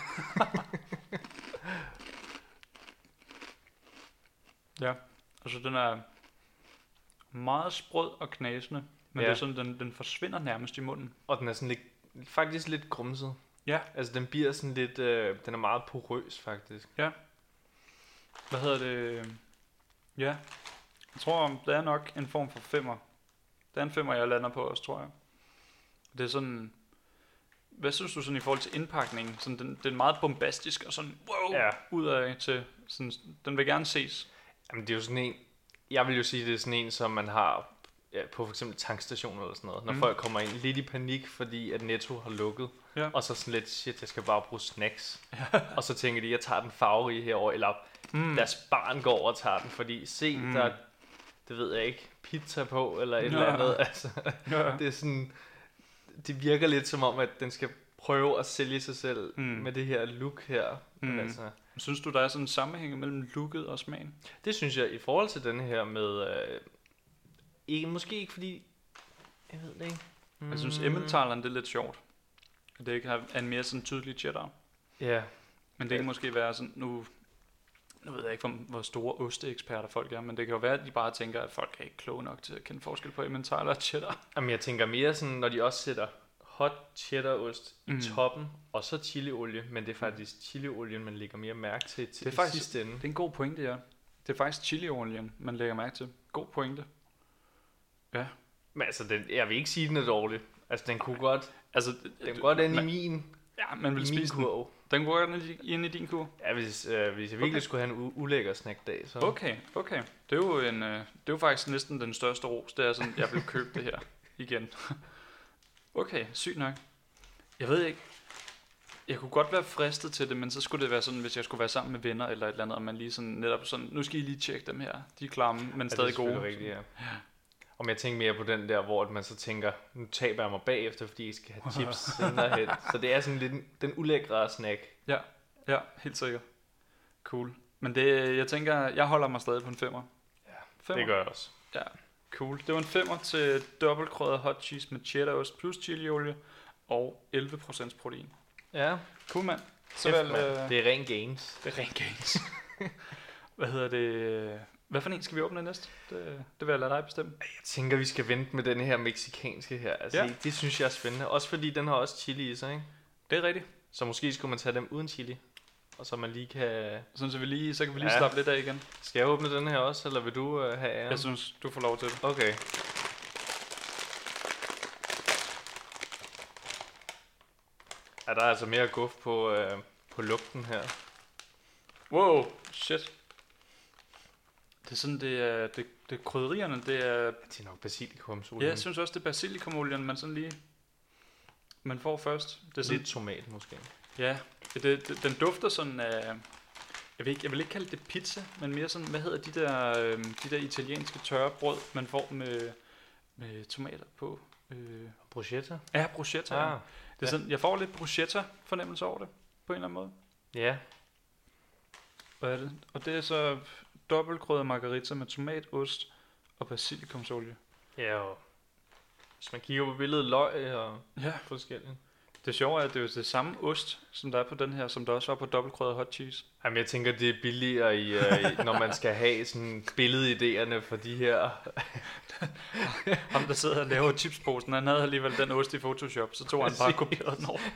Ja, altså den er meget sprød og knasende, men ja. det er sådan, den, den forsvinder nærmest i munden. Og den er sådan lidt, faktisk lidt grumset. Ja. Altså den bliver sådan lidt, øh, den er meget porøs faktisk. Ja. Hvad hedder det? Ja. Jeg tror, det er nok en form for femmer. Det er en femmer, jeg lander på også, tror jeg. Det er sådan, hvad synes du sådan i forhold til indpakningen? Sådan, den, den er meget bombastisk og sådan, wow, ja. udad til, sådan, den vil gerne ses. Jamen det er jo sådan en, jeg vil jo sige, det er sådan en, som man har ja, på for eksempel tankstationer eller sådan noget. Når mm. folk kommer ind lidt i panik, fordi at Netto har lukket. Ja. Og så sådan lidt, shit, jeg skal bare bruge snacks. Ja. Og så tænker de, jeg tager den farverige herover eller mm. deres barn går over og tager den, fordi se, mm. der det ved jeg ikke, pizza på, eller et ja. eller andet. Altså, ja. Det er sådan, det virker lidt som om, at den skal prøve at sælge sig selv mm. med det her look her. Mm. Men altså, synes du, der er sådan en sammenhæng mellem looket og smagen? Det synes jeg, i forhold til den her med, øh, ikke, måske ikke fordi, jeg ved det ikke. Mm. Jeg synes, Emmentaler det er lidt sjovt. Det ikke har en mere sådan tydelig cheddar. Ja. Men det kan måske være sådan, nu... Nu ved jeg ikke, hvor, hvor store osteeksperter folk er, men det kan jo være, at de bare tænker, at folk er ikke kloge nok til at kende forskel på Emmentaler og cheddar. Jamen jeg tænker mere sådan, når de også sætter hot cheddarost mm. i toppen, og så chiliolie, men det er faktisk chiliolien, man lægger mere mærke til til det er faktisk, sidste ende. Det er en god pointe, ja. Det er faktisk chiliolien, man lægger mærke til. God pointe. Ja. Men altså, den, jeg vil ikke sige, den er dårlig. Altså, den kunne godt, altså, den kunne godt ende i min. Ja, man vil I spise min den. kurv. Den går ind i, ind i din kurv? Ja, hvis, øh, hvis jeg virkelig Okay. skulle have en u- ulækker snackdag, så... Okay, okay. Det er jo, en, øh, det er jo faktisk næsten den største ros. Det er sådan, jeg vil købe det her igen. Okay, sygt nok. Jeg ved ikke. Jeg kunne godt være fristet til det, men så skulle det være sådan, hvis jeg skulle være sammen med venner eller et eller andet, og man lige sådan netop sådan, nu skal I lige tjekke dem her. De er klamme, men Ja, stadig det er gode. rigtigt, ja. Om jeg tænker mere på den der, hvor man så tænker, nu taber jeg mig bagefter, fordi jeg skal have chips senere hen. Så det er sådan lidt den ulækre snack. Ja, ja, helt sikkert. Cool. Men det, jeg tænker, jeg holder mig stadig på en femmer. Ja, femmer. det gør jeg også. Ja, cool. Det var en femmer til dobbeltkrydret hot cheese med cheddarost plus chiliolie og elleve procent protein. Ja, Cool, mand. Så kæft, vel, mand. øh, Det er ren gains. det er rent gains. Hvad hedder det? Hvad for en skal vi åbne næste? Det, det vil jeg lade dig bestemme. Jeg tænker, vi skal vente med den her mexikanske her. Altså, Ja. ja. det synes jeg er spændende. Også fordi den har også chili i sig, ikke? Det er rigtigt. Så måske skulle man tage dem uden chili. Og så man lige kan... Sådan, så, vi lige, så kan vi lige Ja. slappe lidt af igen. Skal jeg åbne den her også, eller vil du øh, have æren? Jeg synes, du får lov til det. Okay. Ja, der er altså mere guf på, øh, på lugten her. Wow, shit. Det er sådan, det er, det, det er krydderierne, det er... Det er nok basilikumsolie. Ja, jeg synes også, det er basilikumolien, man sådan lige... Man får først. Det er sådan, Lidt tomat måske. ja, det, det, den dufter sådan af... Jeg vil, ikke, jeg vil ikke kalde det pizza, men mere sådan, hvad hedder de der, øh, de der italienske tørre brød, man får med, med tomater på? Øh, Bruschetta? ja, bruschetta. Ja. Ah, Det er sådan, jeg får lidt bruschetta fornemmelse over det, på en eller anden måde. ja. Hvad er det? Og det er så dobbeltkrydret margarita med tomat, ost og basilikumsolie. Ja, og hvis man kigger på billedet, løg og Ja. forskelligt. Det sjove er, at det er jo det samme ost, som der er på den her, som der også var på dobbeltkrydret hot cheese. Jamen, jeg tænker, det er billigere, i, øh, når man skal have sådan billedidéerne for de her. Ham, der sidder og laver chipsposen, han havde alligevel den ost i Photoshop, så tog han bare og kopierede den over.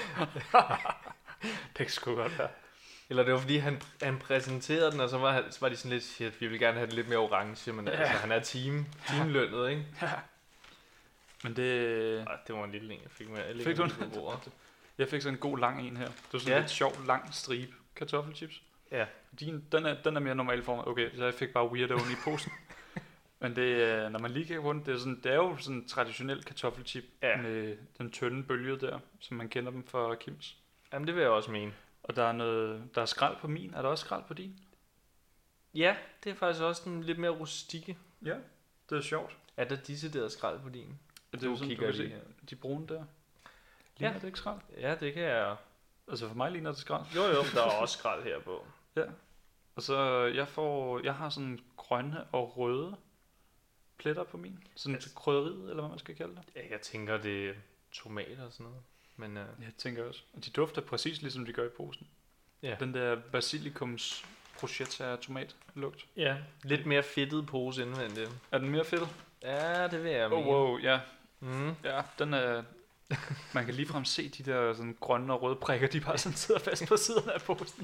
Det kan sgu godt være. Eller det var fordi, han, han præsenterede den, og så var, han, så var de sådan lidt, shit, vi vil gerne have det lidt mere orange, men ja. altså, han er team, teamlønnet, ikke? Ja. Men det... Ej, det var en lille en, jeg fik med. Jeg Fik du ligger en? lige på bordet. Jeg fik sådan en god lang en her. Det var sådan Ja. en lidt sjov, lang stribe kartoffelchips. Ja. Din, den, er, den er mere normal form. Okay, så jeg fik bare weirdoen i posen. Men det, er- når man lige kigger rundt, det er, sådan, det er jo sådan en traditionel kartoffelchip Ja. med den tynde bølge der, som man kender dem fra Kims. Jamen, det vil jeg også mene. Og der er noget, der er skrald på min. Er der også skrald på din? Ja, det er faktisk også den lidt mere rustikke. Ja, det er sjovt. Er der decideret skrald på din? Det er jo Nu sådan, du kigger kan jeg se, lige de brune der. Ligner Ja. det ikke skrald? Ja, det kan jeg. Altså for mig ligner det skrald. Jo, jo, der er også skrald her på. Ja. Og så jeg får, jeg har sådan grønne og røde pletter på min. Sådan til krydderiet, eller hvad man skal kalde det. Ja, jeg tænker, det er tomater og sådan noget. Men uh, Jeg tænker også. Og de dufter præcis ligesom de gør i posen. Ja. Den der basilikums bruschetta tomat lugt. ja, lidt mere fedtet pose indvendigt. Er den mere fedtet? Ja, det vil jeg mene. Oh, wow, ja. Mm. Ja, den er... Man kan ligefrem se de der sådan grønne og røde prikker, de bare sådan sidder fast på siden af posen.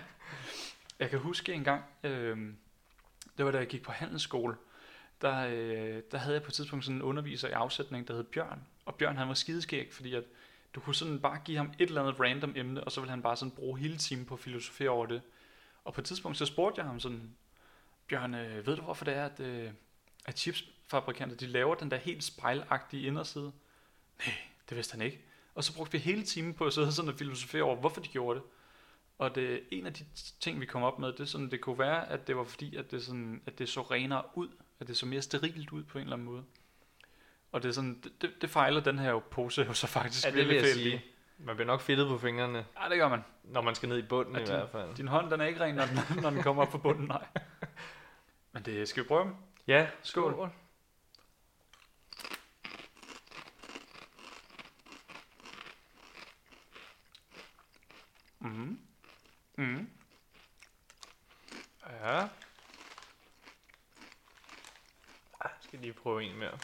Jeg kan huske en gang, øh, det var da jeg gik på handelsskole, der, øh, der havde jeg på et tidspunkt sådan en underviser i afsætning, der hed Bjørn. Og Bjørn han var skideskæg, fordi at du kunne sådan bare give ham et eller andet random emne, og så ville han bare sådan bruge hele timen på at filosofere over det. Og på et tidspunkt så spurgte jeg ham sådan, Bjørn, øh, ved du hvorfor det er, at, øh, at chipsfabrikanter de laver den der helt spejlagtige inderside? Nej, det vidste han ikke. Og så brugte vi hele timen på at sidde sådan og filosofere over, hvorfor de gjorde det. Og det, en af de ting, vi kom op med, det, er sådan, det kunne være, at det var fordi, at det, sådan, at det så renere ud. At det så mere sterilt ud på en eller anden måde. Og det, er sådan, det, det, det fejler den her pose jo så faktisk Ja, det vil virkelig jeg fælt sige. i. Man bliver nok fedtet på fingrene, Ja, det gør man. når man skal ned i bunden Ja, i din- hvert fald. Din hånd, den er ikke ren, når den, når den kommer op på bunden, nej. Men det skal vi prøve. Ja, Skål. skål. Mhm. Mhm. Ja. Ah, jeg skal lige prøve en mere.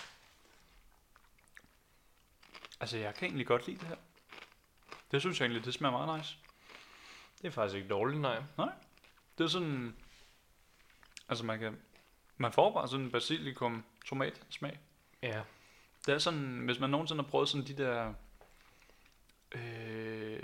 Altså, jeg kan egentlig godt lide det her. Det synes jeg egentlig, det smager meget nice. Det er faktisk ikke dårligt, nej. Det er sådan... Altså, man kan... Man får bare sådan en basilikum tomat smag. Ja. Det er sådan, hvis man nogensinde har prøvet sådan de der... Øh,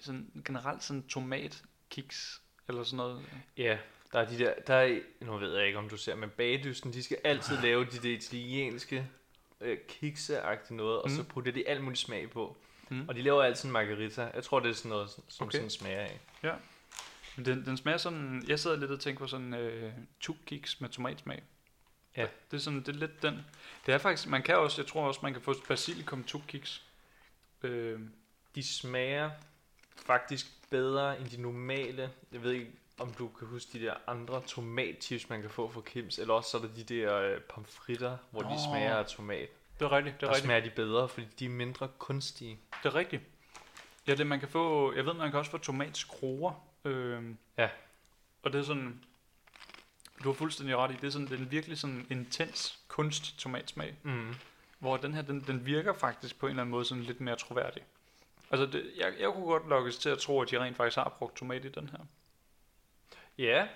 sådan generelt sådan tomatkiks eller sådan noget. Ja, der er de der, der er, nu ved jeg ikke om du ser, men bagdysten, de skal altid lave de der italienske øh, kikseagtige noget, og mm. så putter de alt muligt smag på. Mm. Og de laver altid en margarita. Jeg tror, det er sådan noget, som okay. sådan smager af. Ja. Men den, den smager sådan, jeg sidder lidt og tænker på sådan øh, tukkiks med tomatsmag. Ja. Det er sådan, det er lidt den. Det er faktisk, man kan også, jeg tror også, man kan få basilikum tukkiks. Øh. De smager faktisk bedre end de normale. Jeg ved ikke, om du kan huske de der andre tomatchips, man kan få fra Kims, eller også så er der de der øh, pomfritter, hvor oh. de smager af tomat. Det er rigtigt, det er der rigtigt. smager de bedre, fordi de er mindre kunstige. Det er rigtigt. Ja, det man kan få, jeg ved, man kan også få tomatskruer. Øh. Ja. Og det er sådan, du har fuldstændig ret i, det er sådan, det er virkelig sådan intens kunst tomatsmag. Mm. Hvor den her, den, den virker faktisk på en eller anden måde sådan lidt mere troværdig. Altså, det, jeg, jeg kunne godt lokkes til at tro, at de rent faktisk har brugt tomat i den her. Ja.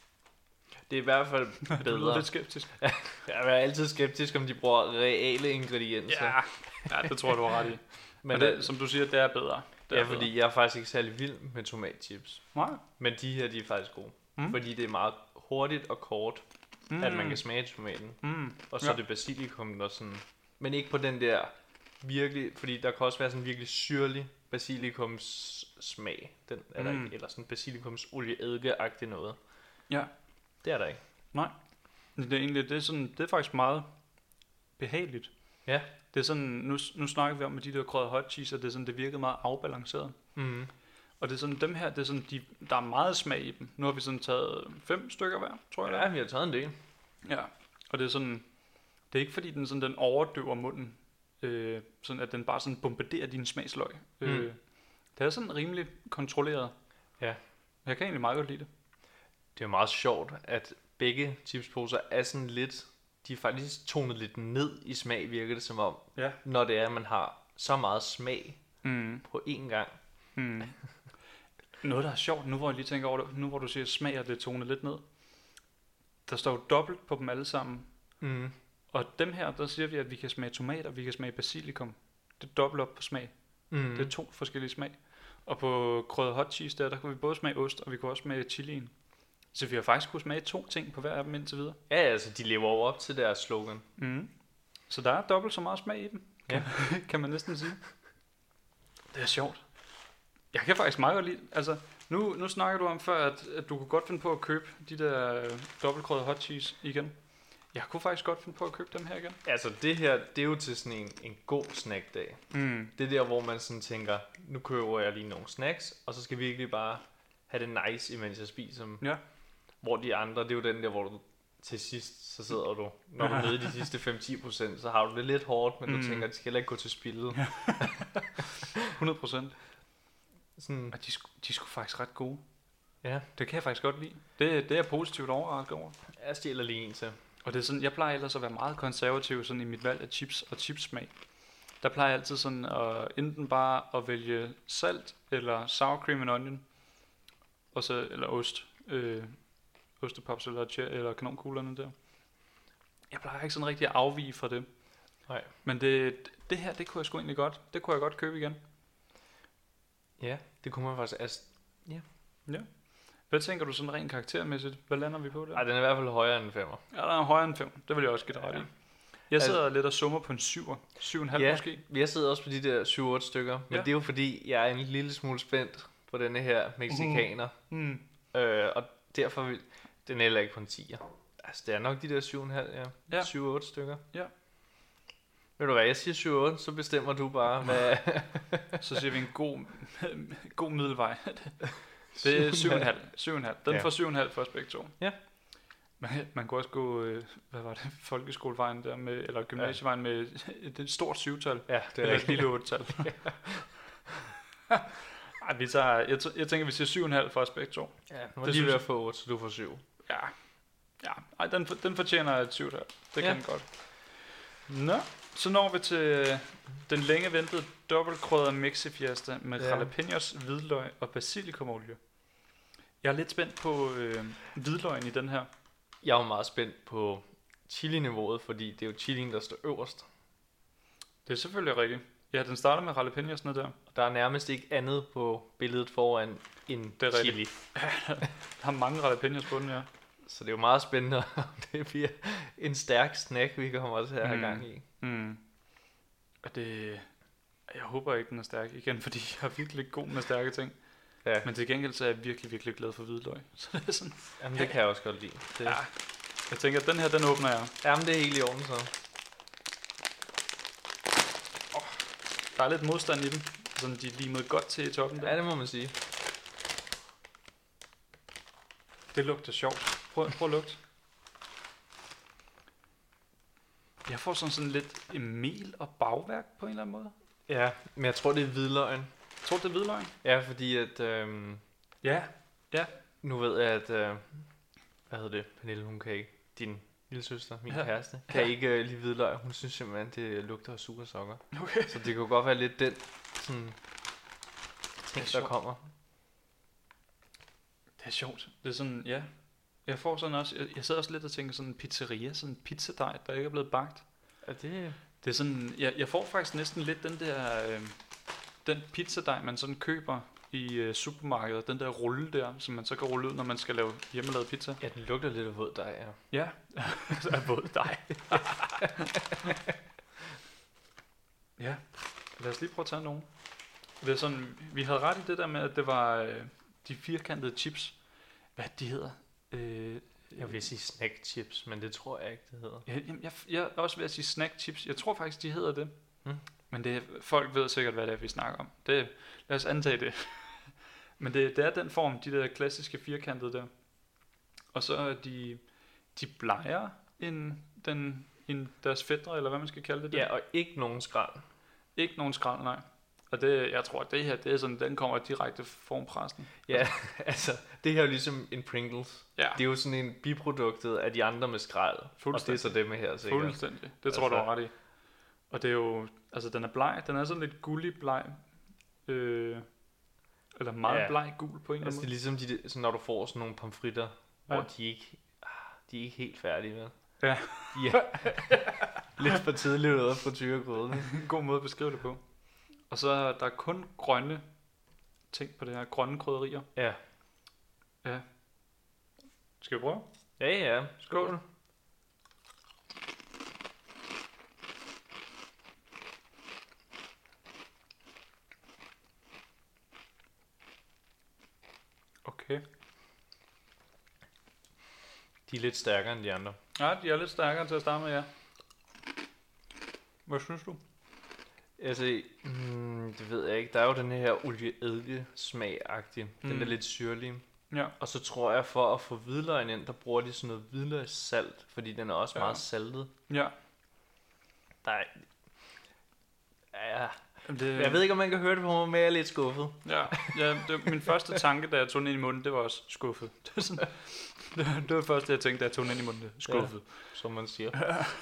Det er i hvert fald bedre. Du er lidt skeptisk. Jeg er altid skeptisk, om de bruger reale ingredienser. Ja, ja det tror jeg, du har ret i. Men det, som du siger, det er bedre. Det ja, er fordi bedre. jeg er faktisk ikke særlig vild med tomatchips. Nej. Men de her, de er faktisk gode. Mm. Fordi det er meget hurtigt og kort, mm. at man kan smage tomaten. Mm. Og så ja. er det basilikum, der sådan... Men ikke på den der virkelig... Fordi der kan også være sådan virkelig syrlig basilikums smag. Den er der mm. ikke. Eller sådan basilikums olieeddike-agtigt noget. Ja. Det er der ikke. Nej. Det er egentlig... Det er, sådan, det er faktisk meget behageligt. Ja. Det er sådan... Nu, nu snakker vi om med de der krødder hot cheese, og det er sådan, det virkede meget afbalanceret. Mm. Og det er sådan, dem her, det er sådan, de, der er meget smag i dem. Nu har vi sådan taget fem stykker hver, tror jeg. Ja, vi har taget en del. Ja, og det er sådan, det er ikke fordi, den, sådan, den overdøver munden, øh, sådan at den bare sådan bombarderer din smagsløg. Mm. Øh, det er sådan rimelig kontrolleret. Ja. Jeg kan egentlig meget godt lide det. Det er meget sjovt, at begge chipsposer er sådan lidt, de er faktisk tonet lidt ned i smag, virker det som om. Ja. Når det er, at man har så meget smag mm. på én gang. Mm. Noget der er sjovt, nu hvor jeg lige tænker over det, nu hvor du siger smag, og det toner lidt ned. Der står jo dobbelt på dem alle sammen. Mm. Og dem her, der siger vi, at vi kan smage tomater, vi kan smage basilikum. Det er dobbelt op på smag. Mm. Det er to forskellige smag. Og på krydder hot cheese der, der kunne vi både smage ost, og vi kunne også smage chilien. Så vi har faktisk kunne smage to ting på hver af dem indtil videre. Ja, altså de lever over op til deres slogan. Mm. Så der er dobbelt så meget smag i dem, ja. Kan man næsten sige. Det er sjovt. Jeg kan faktisk meget godt lide, altså nu, nu snakker du om før, at, at du kunne godt finde på at købe de der øh, dobbeltkrydder hot cheese igen. Jeg kunne faktisk godt finde på at købe dem her igen. Altså det her, det er jo til sådan en, en god snackdag. Mm. Det er der, hvor man sådan tænker, nu køber jeg lige nogle snacks, og så skal vi virkelig bare have det nice, imens jeg spiser dem. Ja. Hvor de andre, det er jo den der, hvor du til sidst, så sidder du, når du er nede i de sidste fem til ti procent, så har du det lidt hårdt, men mm. du tænker, at det skal heller ikke gå til spilde. hundrede procent. Sådan. Og de, de er sgu faktisk ret gode. Ja. Det kan jeg faktisk godt lide. Det, det er jeg positivt overrasket over. Jeg stjæler lige en til. Og det er sådan, jeg plejer ellers at være meget konservativ sådan i mit valg af chips og chipsmag. Der plejer jeg altid sådan at enten bare at vælge salt eller sour cream and onion, og så eller ost, øh, ostepops eller eller kanonkuglerne der. Jeg plejer ikke sådan rigtig at afvige fra det. Nej. Men det det her, det kunne jeg sgu egentlig godt. Det kunne jeg godt købe igen. Ja, det kunne man faktisk. Altså, ja. Ja. Hvad tænker du sådan rent karaktermæssigt? Hvad lander vi på der? Ej, den er i hvert fald højere end en femmer. Ja, den er højere end fem. Det vil jeg også give dig ret i. Jeg sidder altså, lidt og summer på en syver. Syv og en halv ja, måske. Jeg sidder også på de der syv otte stykker. Men ja. Det er jo fordi, jeg er en lille smule spændt på denne her mexikaner. Mm. Mm. Øh, og derfor vil den er heller ikke på en tier. Altså, det er nok de der syv og en halv, ja. ja. syv otte stykker. Ja. Ved du hvad, jeg siger syv otte, så bestemmer du bare, hvad... Så siger vi en god, god middelvej. Det er syv og en halv. syv og en halv. Den ja. Får syv og en halv for os begge to. Ja. Man, man kunne også gå, hvad var det, folkeskolevejen der med, eller gymnasievejen ja. Med et stort syvtal. Ja, det er eller et lille otte-tal. Ej, vi tager, jeg, t- jeg tænker, vi siger syv og en halv for os begge to. Ja, nu er lige ved at få otte, så du får syv. Ja, ja. Ej, den, den fortjener et syv-tal. Det kan ja. Den godt. Nå, så når vi til den længe ventede dobbeltkrydder Mexifiesta med ja. Jalapenos, hvidløg og basilikumolie. Jeg er lidt spændt på øh, hvidløgn i den her. Jeg er meget spændt på chili-niveauet, fordi det er jo chilien, der står øverst. Det er selvfølgelig rigtigt. Ja, den starter med jalapenos og sådan noget der. Der er nærmest ikke andet på billedet foran end Det er chili. Der har mange jalapenos på den, ja. Så det er jo meget spændende, om det bliver en stærk snack, vi kommer til at have Mm. gang i. Mm. Og det... Jeg håber ikke, den er stærk igen, fordi jeg er virkelig god med stærke ting. Ja. Men til gengæld så er jeg virkelig, virkelig glad for hvidløg. Så det er sådan... Jamen, det kan jeg også godt lide. Det... Ja. Jeg tænker, at den her, den åbner jeg. Jamen, det er helt i orden så. Der er lidt modstand i den. Sådan, de er limet godt til toppen der. Ja, det må man sige. Det lugter sjovt. Prøv, prøv at lugte. Jeg får sådan, sådan lidt mel og bagværk på en eller anden måde. Ja, men jeg tror, det er hvidløgn. Tror du, det er hvidløgn? Ja, fordi at... Øhm, Ja. Ja. nu ved jeg, at... Øh, hvad hedder det? Pernille, hun kan ikke... Din lille søster, min Ja. ja. kæreste, kan Ja. ikke øh, lide hvidløg. Hun synes simpelthen, det lugter af sure sokker. Okay. Så det kunne godt være lidt den sådan, ting, der sjovt. kommer. Det er sjovt. Det er sådan, ja. Jeg får sådan også... Jeg, jeg sidder også lidt og tænker sådan en pizzeria, sådan en pizzadej, der ikke er blevet bagt. Er det... Det er sådan... Jeg, jeg får faktisk næsten lidt den der... Øh, den pizzadej, man sådan køber i øh, supermarkedet. Den der rulle der, som man så kan rulle ud, når man skal lave hjemmelavet pizza. Ja, den lugter lidt af våd dej, ja. Ja, så er både dig. Ja, lad os lige prøve at tage nogen. Det er sådan, vi havde ret i det der med, at det var øh, de firkantede chips. Hvad de hedder? Øh, Jeg vil sige snack chips, men det tror jeg ikke, det hedder. jeg, jeg, jeg, jeg er også ved at sige snack chips. Jeg tror faktisk, de hedder det. Mm. Men det, folk ved sikkert, hvad det er, vi snakker om. Det, lad os antage det. Men det, det er den form, de der klassiske firkantede der. Og så er de, de bleger end, den, end deres fætre, eller hvad man skal kalde det. Der. Ja, og ikke nogen skrald. Ikke nogen skrald, nej. Og det, jeg tror, at det her, det er sådan, den kommer direkte formpressen. Ja, altså, det her er jo ligesom en Pringles. Ja, Det er jo sådan en biproduktet af de andre med skrald. Og det er fuldstændig. så det med her, sikkert. Fuldstændig. Det tror jeg, Altså- du har ret i. Og det er jo, altså den er bleg, den er sådan lidt gullig bleg. Øh, eller meget Ja. bleg gul på en eller Altså, det anden er ligesom, de, sådan, når du får sådan nogle pomfritter, Ja. hvor de ikke, ah, de er ikke helt færdige, vel? Ja. De er lidt for tidligt ude fra tyregryden. måde. En god måde at beskrive det på. Og så er der kun grønne ting på det her, grønne krydderier. Ja. Ja. Skal vi prøve? Ja, ja. Skål. Okay. De er lidt stærkere end de andre. Ja, de er lidt stærkere til at starte med, ja. Hvad synes du? Altså, mm, det ved jeg ikke. Der er jo den her olie-eddike smag-agtig. Den Mm. er lidt syrlige. Ja. Og så tror jeg, for at få hvidløgn ind, der bruger de sådan noget hvidløgssalt, fordi den er også Ja. meget saltet. Ja. Der er... Ja, Det, jeg ved ikke, om man kan høre det på mig, men jeg er lidt skuffet. Ja, ja det var min første tanke, da jeg tog den ind i munden, det var også skuffet. Det var, sådan, det, var- det var det første, jeg tænkte, da jeg tog den ind i munden. Skuffet. Som man siger.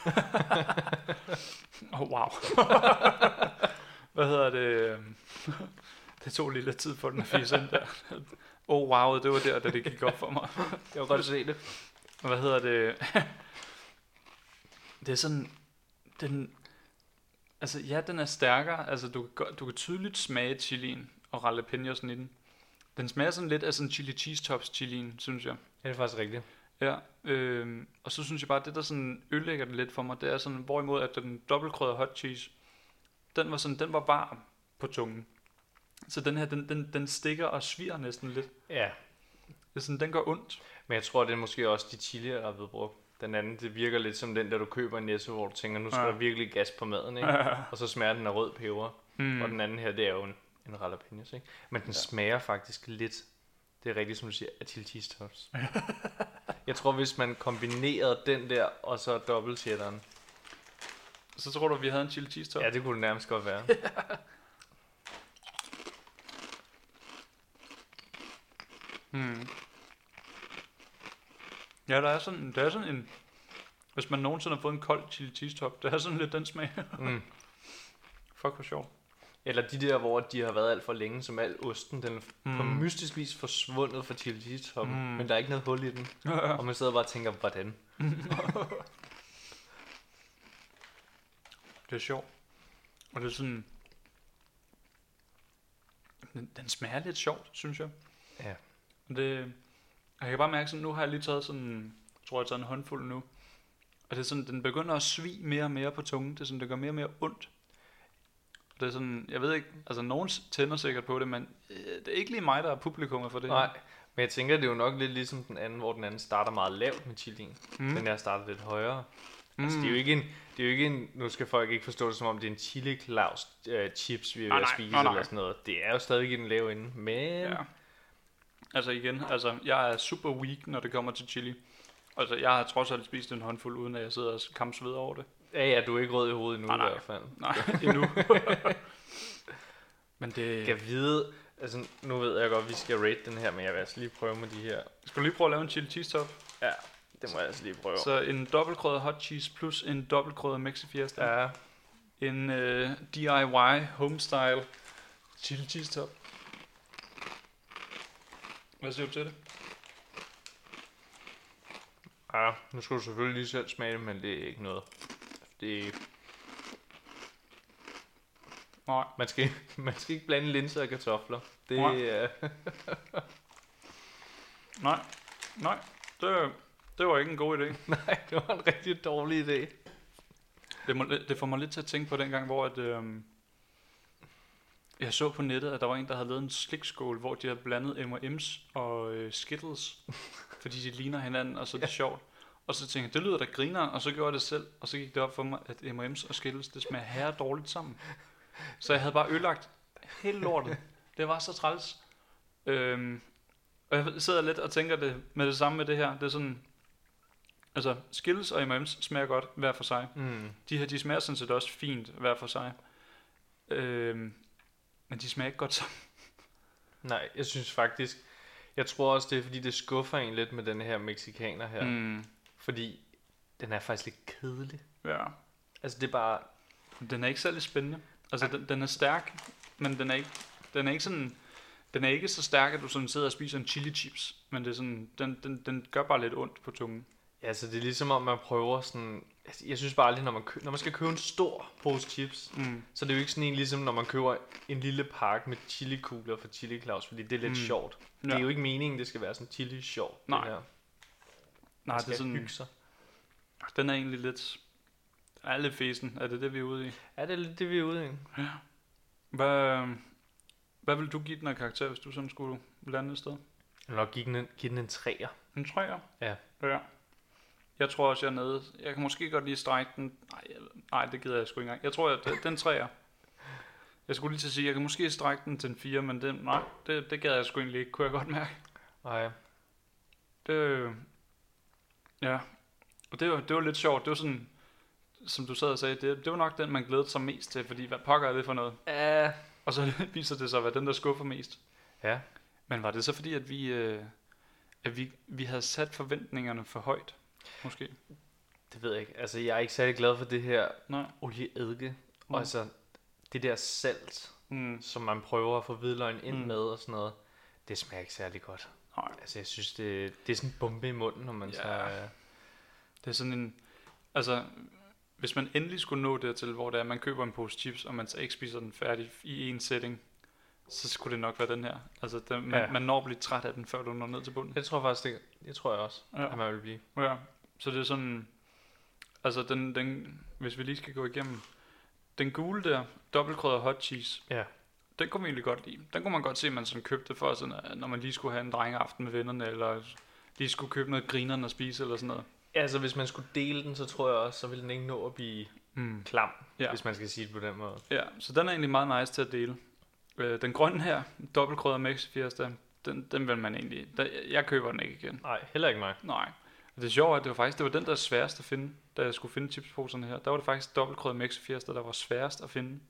Åh, oh, wow. Hvad hedder det? Det tog lige lidt tid for den at fise ind der. Åh, oh, wow, det var der, da det gik op for mig. Jeg kan godt se det. Hvad hedder det? Det er sådan, den, altså ja, den er stærkere. Altså du kan, godt- du kan tydeligt smage chilien og jalapenosen i den. Den smager sådan lidt af sådan chili cheese tops chilien, synes jeg. Ja, det er faktisk rigtigt. Ja, øh, og så synes jeg bare, at det der sådan ødelægger det lidt for mig, det er sådan, hvorimod at den dobbeltkrydder hot cheese, den var sådan, den var varm på tungen. Så den her, den, den, den stikker og sviger næsten lidt. Ja, Det er sådan, den gør ondt. men jeg tror, det er måske også de chilier, der er blevet brugt. Den anden, det virker lidt som den, der du køber i Netto, hvor du tænker, nu skal Ja. der virkelig gas på maden, ikke? Og så smager den af rød peber. Mm. Og den anden her, det er jo en, en jalapenos, ikke? Men den Ja. ja. smager faktisk lidt, det er rigtigt, som du siger, af chili cheese tops. Jeg tror, hvis man kombinerede den der, og så dobbelt cheddaren. Så tror du, vi havde en chili cheese top? Ja, det kunne det nærmest godt være. Mm. Ja, der er sådan, der er sådan en, hvis man nogensinde har fået en kold chili cheese top, der er sådan lidt den smag. Mm. Fuck, hvor sjovt. Eller de der, hvor de har været alt for længe, som al osten, den er Mm. på mystisk vis forsvundet fra chili cheese toppen, Mm. men der er ikke noget hul i den. Og man sidder bare og tænker, hvordan? Det er sjovt. Og det er sådan, den, den smager lidt sjovt, synes jeg. Ja. Det, jeg kan bare mærke, sådan, nu har jeg lige taget sådan, jeg tror jeg har taget en håndfuld nu. Og det er sådan, den begynder at svige mere og mere på tungen. Det er sådan, det gør mere og mere ondt. Det er sådan, jeg ved ikke, altså nogen tænder sikkert på det, men øh, det er ikke lige mig, der er publikummet for det. Nej, men jeg tænker, det er jo nok lidt ligesom den anden, hvor den anden starter meget lavt med chilien. Mm. Den her starter lidt højere. Mm. Altså, det er jo ikke en, det er jo ikke en, nu skal folk ikke forstå det som om, det er en chili Claus uh, chips, vi er ved ah, at nej, spise ah, eller sådan noget. Det er jo stadig i den lave ende, men... Ja. Altså igen, altså jeg er super weak, når det kommer til chili. Altså jeg har trods alt spist en håndfuld, uden at jeg sidder og kampsveder over det. Ja, ja, du er ikke rød i hovedet endnu ah, i hvert fald. Nej, endnu. Men det... Skal vide, altså nu ved jeg godt, at vi skal rate den her, men jeg vil altså lige prøve med de her. Skal du lige prøve at lave en chili cheese top? Ja, det må jeg altså lige prøve. Så en dobbeltkrydret hot cheese plus en dobbeltkrydret Mexi Fiesta. Ja. En uh, D I Y homestyle chili cheese top. Hvad siger du til det? Ja, nu skal du selvfølgelig lige selv smage det, men det er ikke noget. Det Nej. Man skal, man skal ikke blande linser og kartofler. Det er... Nej. Nej. Det, det var ikke en god idé. Nej, det var en rigtig dårlig idé. Det, må, det får mig lidt til at tænke på den gang, hvor at, øhm, jeg så på nettet, at der var en, der havde lavet en slikskål, hvor de havde blandet M og M's og øh, Skittles, fordi de ligner hinanden, og så er det ja. sjovt. Og så tænkte jeg, det lyder da griner, og så gjorde jeg det selv, og så gik det op for mig, at M og M's og Skittles, det smager herre dårligt sammen. Så jeg havde bare ødelagt hele lortet. Det var så træls. Øhm, og jeg sidder lidt og tænker det med det samme med det her. Det er sådan, altså Skittles og M og M's smager godt hver for sig. Mm. De her, de smager sådan set også fint hver for sig. Øhm, men de smager ikke godt sammen. Nej, jeg synes faktisk, jeg tror også det er fordi det skuffer en lidt med den her mexikaner her. Mm. Fordi den er faktisk lidt kedelig. Ja. Altså det er bare... Den er ikke særlig spændende. Altså den, den er stærk, men den er ikke, den er ikke sådan, den er ikke så stærk, at du sådan sidder og spiser en chili chips. Men det er sådan, den, den, den gør bare lidt ondt på tungen. Ja, så det er ligesom om man prøver sådan... Jeg synes bare aldrig, når man, kø- når man skal købe en stor pose chips, mm. så det er jo ikke sådan en ligesom når man køber en lille pakke med chilikugler fra Chili Claus, fordi det er lidt mm. sjovt. Ja. Det er jo ikke meningen, det skal være sådan chili sjovt. Nej. Det her. Nej, det er sådan... Hygge sig. Den er egentlig lidt... Er lidt fesen. Er det det, vi er ude i? Ja, det er lidt det, vi er ude i. Ja. Hvad, hvad vil du give den af karakter, hvis du sådan skulle lande et sted? Jeg vil nok give den en, give den en treer. En treer? Ja. Ja. Jeg tror også, jeg er nede. Jeg kan måske godt lige strække den. Nej, nej, det gider jeg sgu ikke engang. Jeg tror, at det, den treer. Jeg skulle lige til at sige, jeg kan måske strække den til en fire, men den, nej, det, det gad jeg sgu egentlig ikke, kunne jeg godt mærke. Nej. Det, ja. Og det var, det var lidt sjovt. Det var sådan, som du sad og sagde, det, det var nok den, man glædede sig mest til, fordi hvad pokker er det for noget? Ja. Og så viser det sig at være den, der skuffer mest. Ja. Men var det så fordi, at vi, øh, at vi, vi havde sat forventningerne for højt? Måske. Det ved jeg ikke. Altså, jeg er ikke særlig glad for det her Nej. olieeddike. Mm. Og altså, det der salt, mm. som man prøver at få hvidløgn ind mm. med og sådan noget, det smager ikke særlig godt. Nej. Altså, jeg synes, det, det er sådan en bombe i munden, når man ja. tager... Det er sådan en... Altså, hvis man endelig skulle nå dertil, hvor det er, man køber en pose chips, og man så ikke spiser den færdig i en setting, så skulle det nok være den her. Altså, den, man, ja. man når at blive træt af den, før du når ned til bunden. Jeg tror faktisk, det, det tror jeg også, ja. at man vil blive. Ja, så det er sådan... Altså, den, den, hvis vi lige skal gå igennem... Den gule der, dobbeltkrydret hot cheese, ja. den kunne man egentlig godt lide. Den kunne man godt se, at man sådan købte for, sådan, når man lige skulle have en drengeaften med vennerne, eller lige skulle købe noget grinerne at spise, eller sådan noget. Ja, altså hvis man skulle dele den, så tror jeg også, så ville den ikke nå at blive mm. klam, ja. hvis man skal sige det på den måde. Ja, så den er egentlig meget nice til at dele. Øh, den grønne her, dobbeltkrydret Mexi Fiesta, den, den vil man egentlig... Der, jeg køber den ikke igen. Nej, heller ikke mig. Nej. Og det sjove er, at det var faktisk det var den, der er sværest at finde, da jeg skulle finde chipsposerne her. Der var det faktisk dobbeltkrydret Mexi Fiesta, der var sværest at finde.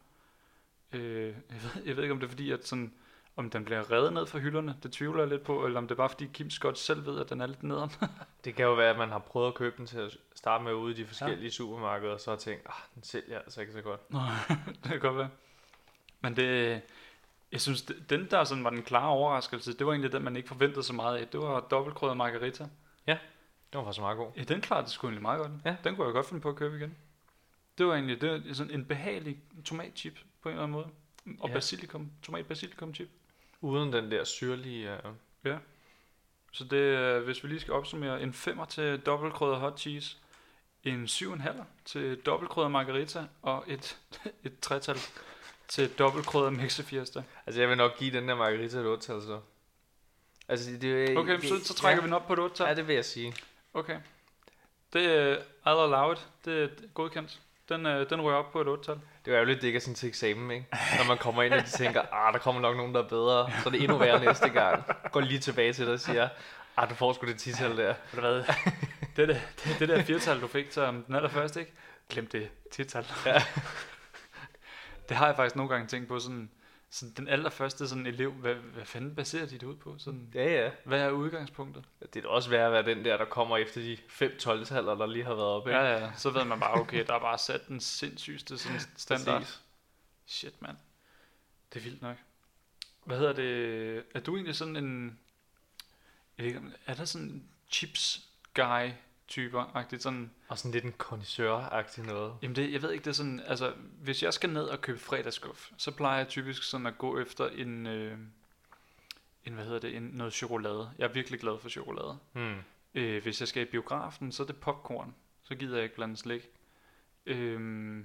Øh, jeg, ved, jeg ved ikke, om det er fordi, at sådan... Om den bliver revet ned fra hylderne, det tvivler jeg lidt på, eller om det er bare fordi Kim Scott selv ved, at den er lidt nederen. Det kan jo være, at man har prøvet at købe den til at starte med ude i de forskellige ja. supermarkeder, og så har tænkt, ah, den sælger altså ikke så godt. Nej, det kan godt være. Men det, jeg synes, den der sådan var den klare overraskelse, det var egentlig den, man ikke forventede så meget af. Det var dobbeltkrydret margarita. Ja, den var faktisk meget god. Ja, den klarede det sgu egentlig meget godt. Ja. Den kunne jeg godt finde på at købe igen. Det var egentlig det var sådan en behagelig tomatchip på en eller anden måde. Og ja. basilikum, tomat basilikum chip. Uden den der syrlige... Uh... Ja. Så det er, hvis vi lige skal opsummere, en femmer til dobbeltkrydret hot cheese, en syv komma fem til dobbeltkrydret margarita, og et, et tretal til dobbeltkrydret Mexifiesta. Altså jeg vil nok give den der margarita et otte-tal så. Altså det... Okay, det, så, så trækker ja. vi den op på et otte-tal. Ja, det vil jeg sige. Okay. Det er uh, I'll allow it. Det er godkendt. Den, uh, den rører op på et otte-tal. Det er jo ærgerligt, det ikke er sådan til eksamen, ikke? Når man kommer ind og de tænker, ah, der kommer nok nogen, der er bedre, så er det endnu værre næste gang. Går lige tilbage til dig og siger, ah, du får sgu det ti-tal der. Ved hvad? det, det, det, det der fire-tal, du fik til den allerførste, ikke? Glem det ti-tal. Ja. Det har jeg faktisk nogle gange tænkt på, sådan, sådan den allerførste sådan elev, hvad, hvad fanden baserer de det ud på? Sådan, ja, ja. Hvad er udgangspunktet? Det er da også værd at være den der, der kommer efter de fem tolv-taller, der lige har været oppe, ikke? Ja, ja, så ved man bare, okay, der er bare sat den sindssygste sådan standard. Præcis. Shit, mand. Det er vildt nok. Hvad hedder det? Er du egentlig sådan en... Jeg ved ikke, er der sådan en chips guy typer-agtigt sådan... Og sådan lidt en connoisseur-agtig noget. Jamen det, jeg ved ikke, det er sådan... Altså, hvis jeg skal ned og købe fredagsskuff, så plejer jeg typisk sådan at gå efter en... Øh, en hvad hedder det? En, noget chokolade. Jeg er virkelig glad for chokolade. Hmm. Øh, hvis jeg skal i biografen, så er det popcorn. Så gider jeg ikke blande slik. Øh,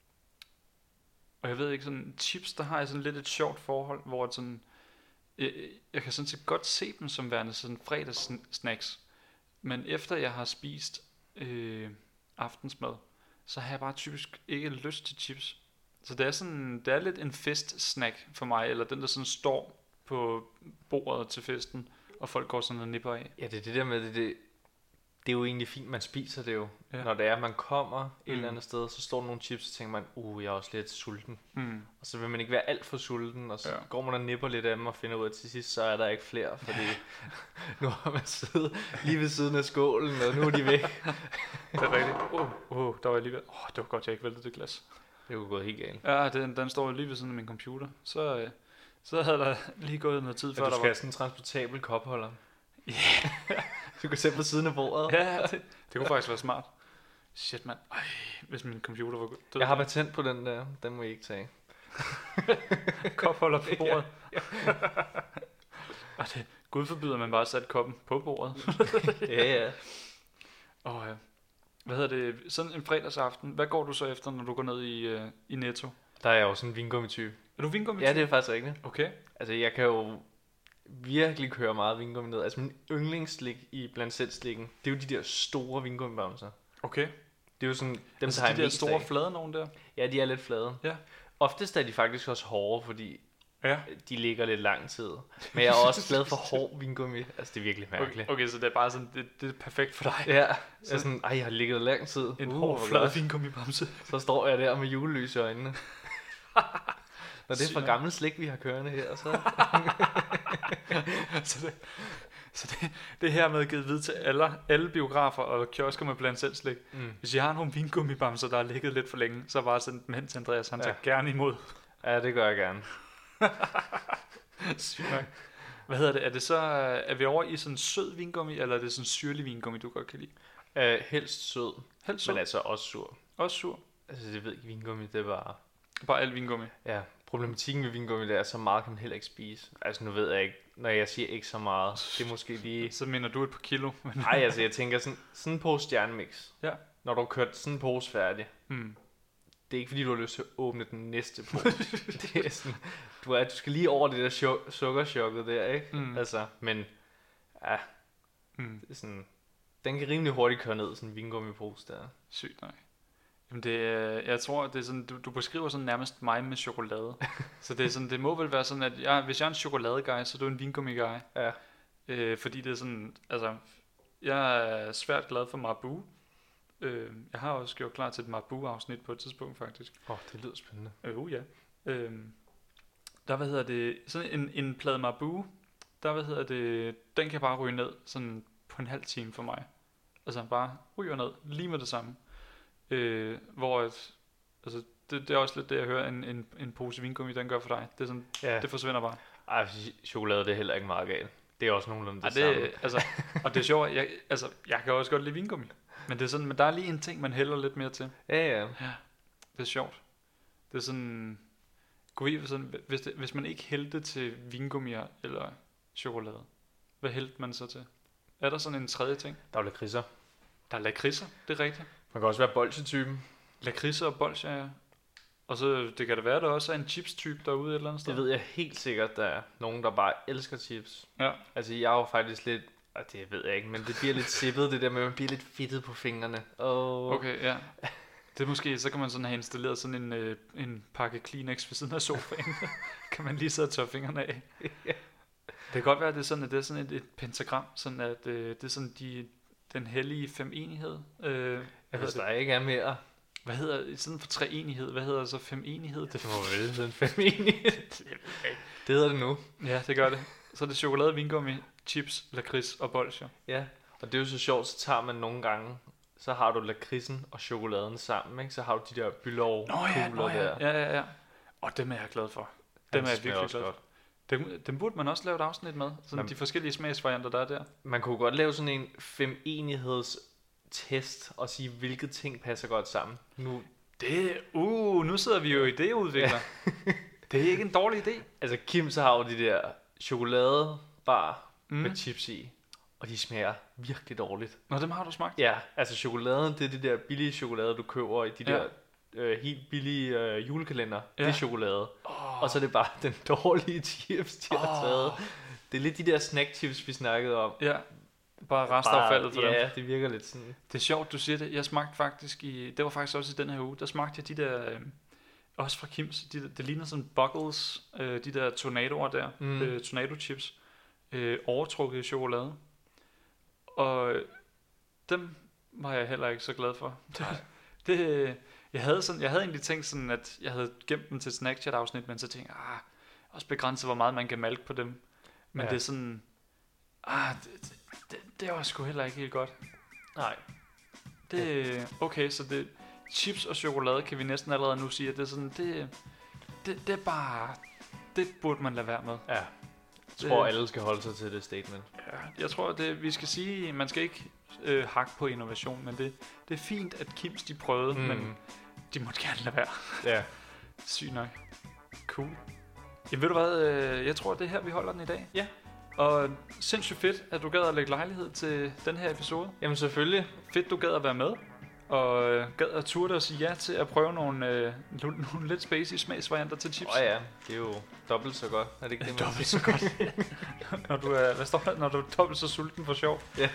og jeg ved ikke, sådan chips, der har jeg sådan lidt et sjovt forhold, hvor sådan... Jeg, jeg kan sådan set godt se dem som værende sådan fredagssnacks. Men efter jeg har spist øh, aftensmad, så har jeg bare typisk ikke lyst til chips. Så det er sådan, det er lidt en festsnack for mig, eller den der sådan står på bordet til festen, og folk går sådan og nipper af. Ja, det er det der med det, det, det er jo egentlig fint, man spiser det jo. Ja. Når det er, man kommer et mm. eller andet sted, så står der nogle chips, og tænker man, uh, jeg er også lidt sulten. Mm. Og så vil man ikke være alt for sulten, og så ja. går man og nipper lidt af dem, og finder ud af, at til sidst, så er der ikke flere, fordi nu har man siddet lige ved siden af skålen, og nu er de væk. Det er rigtigt. Åh, oh, oh, der var lige ved. Åh, oh, det var godt, jeg ikke væltede det glas. Det kunne gå helt galt. Ja, den, den står lige ved siden af min computer. Så, øh, så havde der lige gået noget tid, ja, før du der skal var... have sådan en transportabel kopholder. Ja. Yeah. Du kan sætte på siden af bordet. Ja, det, det kunne faktisk være smart. Shit, mand. Ej, hvis min computer var død. Jeg har patent på den der. Den må I ikke tage. Kopholder på bordet. Ja, ja. Og det, Gud forbyder, man bare sat koppen på bordet. Ja, ja. Og, øh, hvad hedder det? Sådan en fredagsaften. Hvad går du så efter, når du går ned i, øh, i Netto? Der er jeg jo sådan en vingummi-type. Er du vingummi-type? Ja, det er faktisk rigtigt. Okay. Altså, jeg kan jo virkelig køre meget vingummi ned. Altså, min yndlingsslik i blandt selv slikken, det er jo de der store vingummibamser. Okay. Det er jo sådan, dem altså tager de jeg der store af. flade nogen der? Ja, de er lidt flade. Ja. Oftest er de faktisk også hårde, fordi ja. de ligger lidt lang tid. Men jeg er også glad for hård vingummi. Altså, det er virkelig mærkeligt. Okay, okay, så det er bare sådan, det, det er perfekt for dig. Ja, jeg er sådan, ej, jeg har ligget lang tid. En uh, hård, flad vingummibamse. Så står jeg der med julelys i øjnene. Når det er for gammel slik, vi har kørende her, så... så det, så det, det her med givet vid til alle, alle biografer og kiosker med blandt selv slik. Mm. Hvis I har nogle vingummibamser, der har ligget lidt for længe, så bare send dem hen til Andreas, han ja. tager gerne imod. Ja, det gør jeg gerne. Sygt nok. Hvad hedder det? Er det så, er vi over i sådan sød vingummi, eller er det sådan syrlig vingummi, du godt kan lide? Uh, helst sød. Helst sød? Men altså også sur. Også sur? Altså, det ved ikke, vingummi, det er bare... Bare alt vingummi? Ja, problematikken med vingummi, det er, så meget kan man heller ikke spise. Altså, nu ved jeg ikke, når jeg siger ikke så meget, det er måske lige... Så mener du et par kilo? Nej, altså, jeg tænker sådan, sådan en pose stjernemix. Ja. Når du har kørt sådan en pose færdig, mm. det er ikke fordi, du har lyst til at åbne den næste pose. Det er sådan, du, er, du skal lige over det der su- sukkerchokket der, ikke? Mm. Altså, men ja, mm. det er sådan, den kan rimelig hurtigt køre ned, sådan en vingummipose der. Sygt nok. Jamen det, jeg tror, det er sådan, du, du beskriver sådan nærmest mig med chokolade. Så det er sådan, det må vel være sådan, at jeg, hvis jeg er en chokoladeguy, så er du en vingummi-guy. Ja. Øh, fordi det er sådan, altså, jeg er svært glad for Marabou. Øh, jeg har også gjort klar til et Marabou-afsnit på et tidspunkt, faktisk. Åh, oh, det lyder spændende. Øh, uh, ja. Øh, der, hvad hedder det, sådan en, en plade Marabou, der, hvad hedder det, den kan bare ryge ned sådan på en halv time for mig. Altså bare ryger ned, lige med det samme. Øh, hvor et, altså det, det er også lidt det jeg hører en, en, en pose vingummi den gør for dig. Det er sådan, ja. Det forsvinder bare. Ej, chokolade det er heller ikke meget galt. Det er også nogenlunde det, Ej, det samme. Altså, og det er sjovt, jeg, altså jeg kan også godt lide vingummi. Men det er sådan, men der er lige en ting man hælder lidt mere til. Ja, ja. Ja. Det er sjovt. Det er sådan, Kunne I, sådan, hvis, det, hvis man ikke hældte til vingummier eller chokolade, hvad hældte man så til? Er der sådan en tredje ting? Der er jo lakridser. Der er lakridser, det er rigtigt. Man kan også være bolsjetypen. Lakridser og bolsjer, ja. Og så det kan da være, der også er en chips-type derude et eller andet sted. Det ved jeg helt sikkert, der er nogen, der bare elsker chips. Ja. Altså, jeg er jo faktisk lidt... Og det ved jeg ikke, men det bliver lidt sippet, det der med, at man bliver lidt fedtet på fingrene. Oh. Okay, ja. Det er måske, så kan man sådan have installeret sådan en, øh, en pakke Kleenex ved siden af sofaen. Kan man lige sidde og tørre fingrene af. Ja. Det kan godt være, at det er sådan, at det er sådan et, et pentagram, sådan at øh, det er sådan de, den hellige femenighed. Øh, Jeg hvis der ikke er mere... Hvad hedder i stedet for treenighed? Hvad hedder så femenighed? Det må vel hedde en femenighed. Det hedder det nu. Ja, det gør det. Så er det chokolade, vingummi, chips, lakrids og bolsjer. Ja, og det er jo så sjovt, så tager man nogle gange, så har du lakridsen og chokoladen sammen, ikke? Så har du de der Bylov-kugler ja, der. Ja, ja, ja. Og dem er jeg glad for. Dem er jeg virkelig glad for. Dem, dem burde man også lave et afsnit med. Sådan man, de forskellige smagsvarianter, der er der. Man kunne godt lave sådan en femenigheds test og sige, hvilke ting passer godt sammen. Nu, det, uh, nu sidder vi jo i det udvikler. Ja. Det er ikke en dårlig idé. Altså Kim, så har jo de der chokoladebar mm. med chips i, og de smager virkelig dårligt. Nå, dem har du smagt? Ja, altså chokoladen, det er det der billige chokolade, du køber i de ja. der øh, helt billige øh, julekalender. Ja. Det er chokolade. Oh. Og så er det bare den dårlige chips, de oh. har taget. Det er lidt de der snack chips, vi snakkede om. Ja. Bare restaffaldet for ja, dem. Ja, det virker lidt sådan. Det er sjovt, du siger det. Jeg smagte faktisk i... Det var faktisk også i den her uge. Der smagte jeg de der... Øh, også fra Kims. De der, det ligner sådan Buckles. Øh, de der tornadoer der. Mm. Øh, tornado chips. Øh, overtrukket i chokolade. Og dem var jeg heller ikke så glad for. det, jeg, havde sådan, jeg havde egentlig tænkt sådan, at jeg havde gemt dem til Snackchat afsnit, men så tænkte jeg, ah, også begrænset, hvor meget man kan malke på dem. Men ja. det er sådan... Ah, det, det, det var sgu heller ikke helt godt. Nej. Det, okay, så det chips og chokolade kan vi næsten allerede nu sige, at det er sådan, det, det, det er bare, det burde man lade være med. Ja. Jeg tror, det, alle skal holde sig til det statement. Ja, jeg tror, det, vi skal sige, man skal ikke øh, hakke på innovation, men det, det er fint, at Kims de prøvede, mm. men de måtte gerne lade være. Ja. Sygt nok. Cool. Jamen ved du hvad, øh, jeg tror, det er her, vi holder den i dag. Ja. Og sindssygt fedt, at du gad at lægge lejlighed til den her episode. Jamen selvfølgelig. Fedt, du gad at være med. Og øh, gad at turde og sige ja til at prøve nogle, øh, nogle lidt spacey smagsvarianter til chips. Åh oh ja, det er jo dobbelt så godt. Er det ikke det, man dobbelt så godt. Når du er, hvad står der? Når du er dobbelt så sulten for sjov. Ja.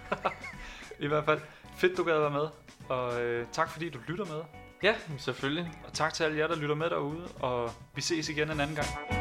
I hvert fald, fedt du gad at være med. Og øh, tak fordi du lytter med. Ja, selvfølgelig. Og tak til alle jer, der lytter med derude. Og vi ses igen en anden gang.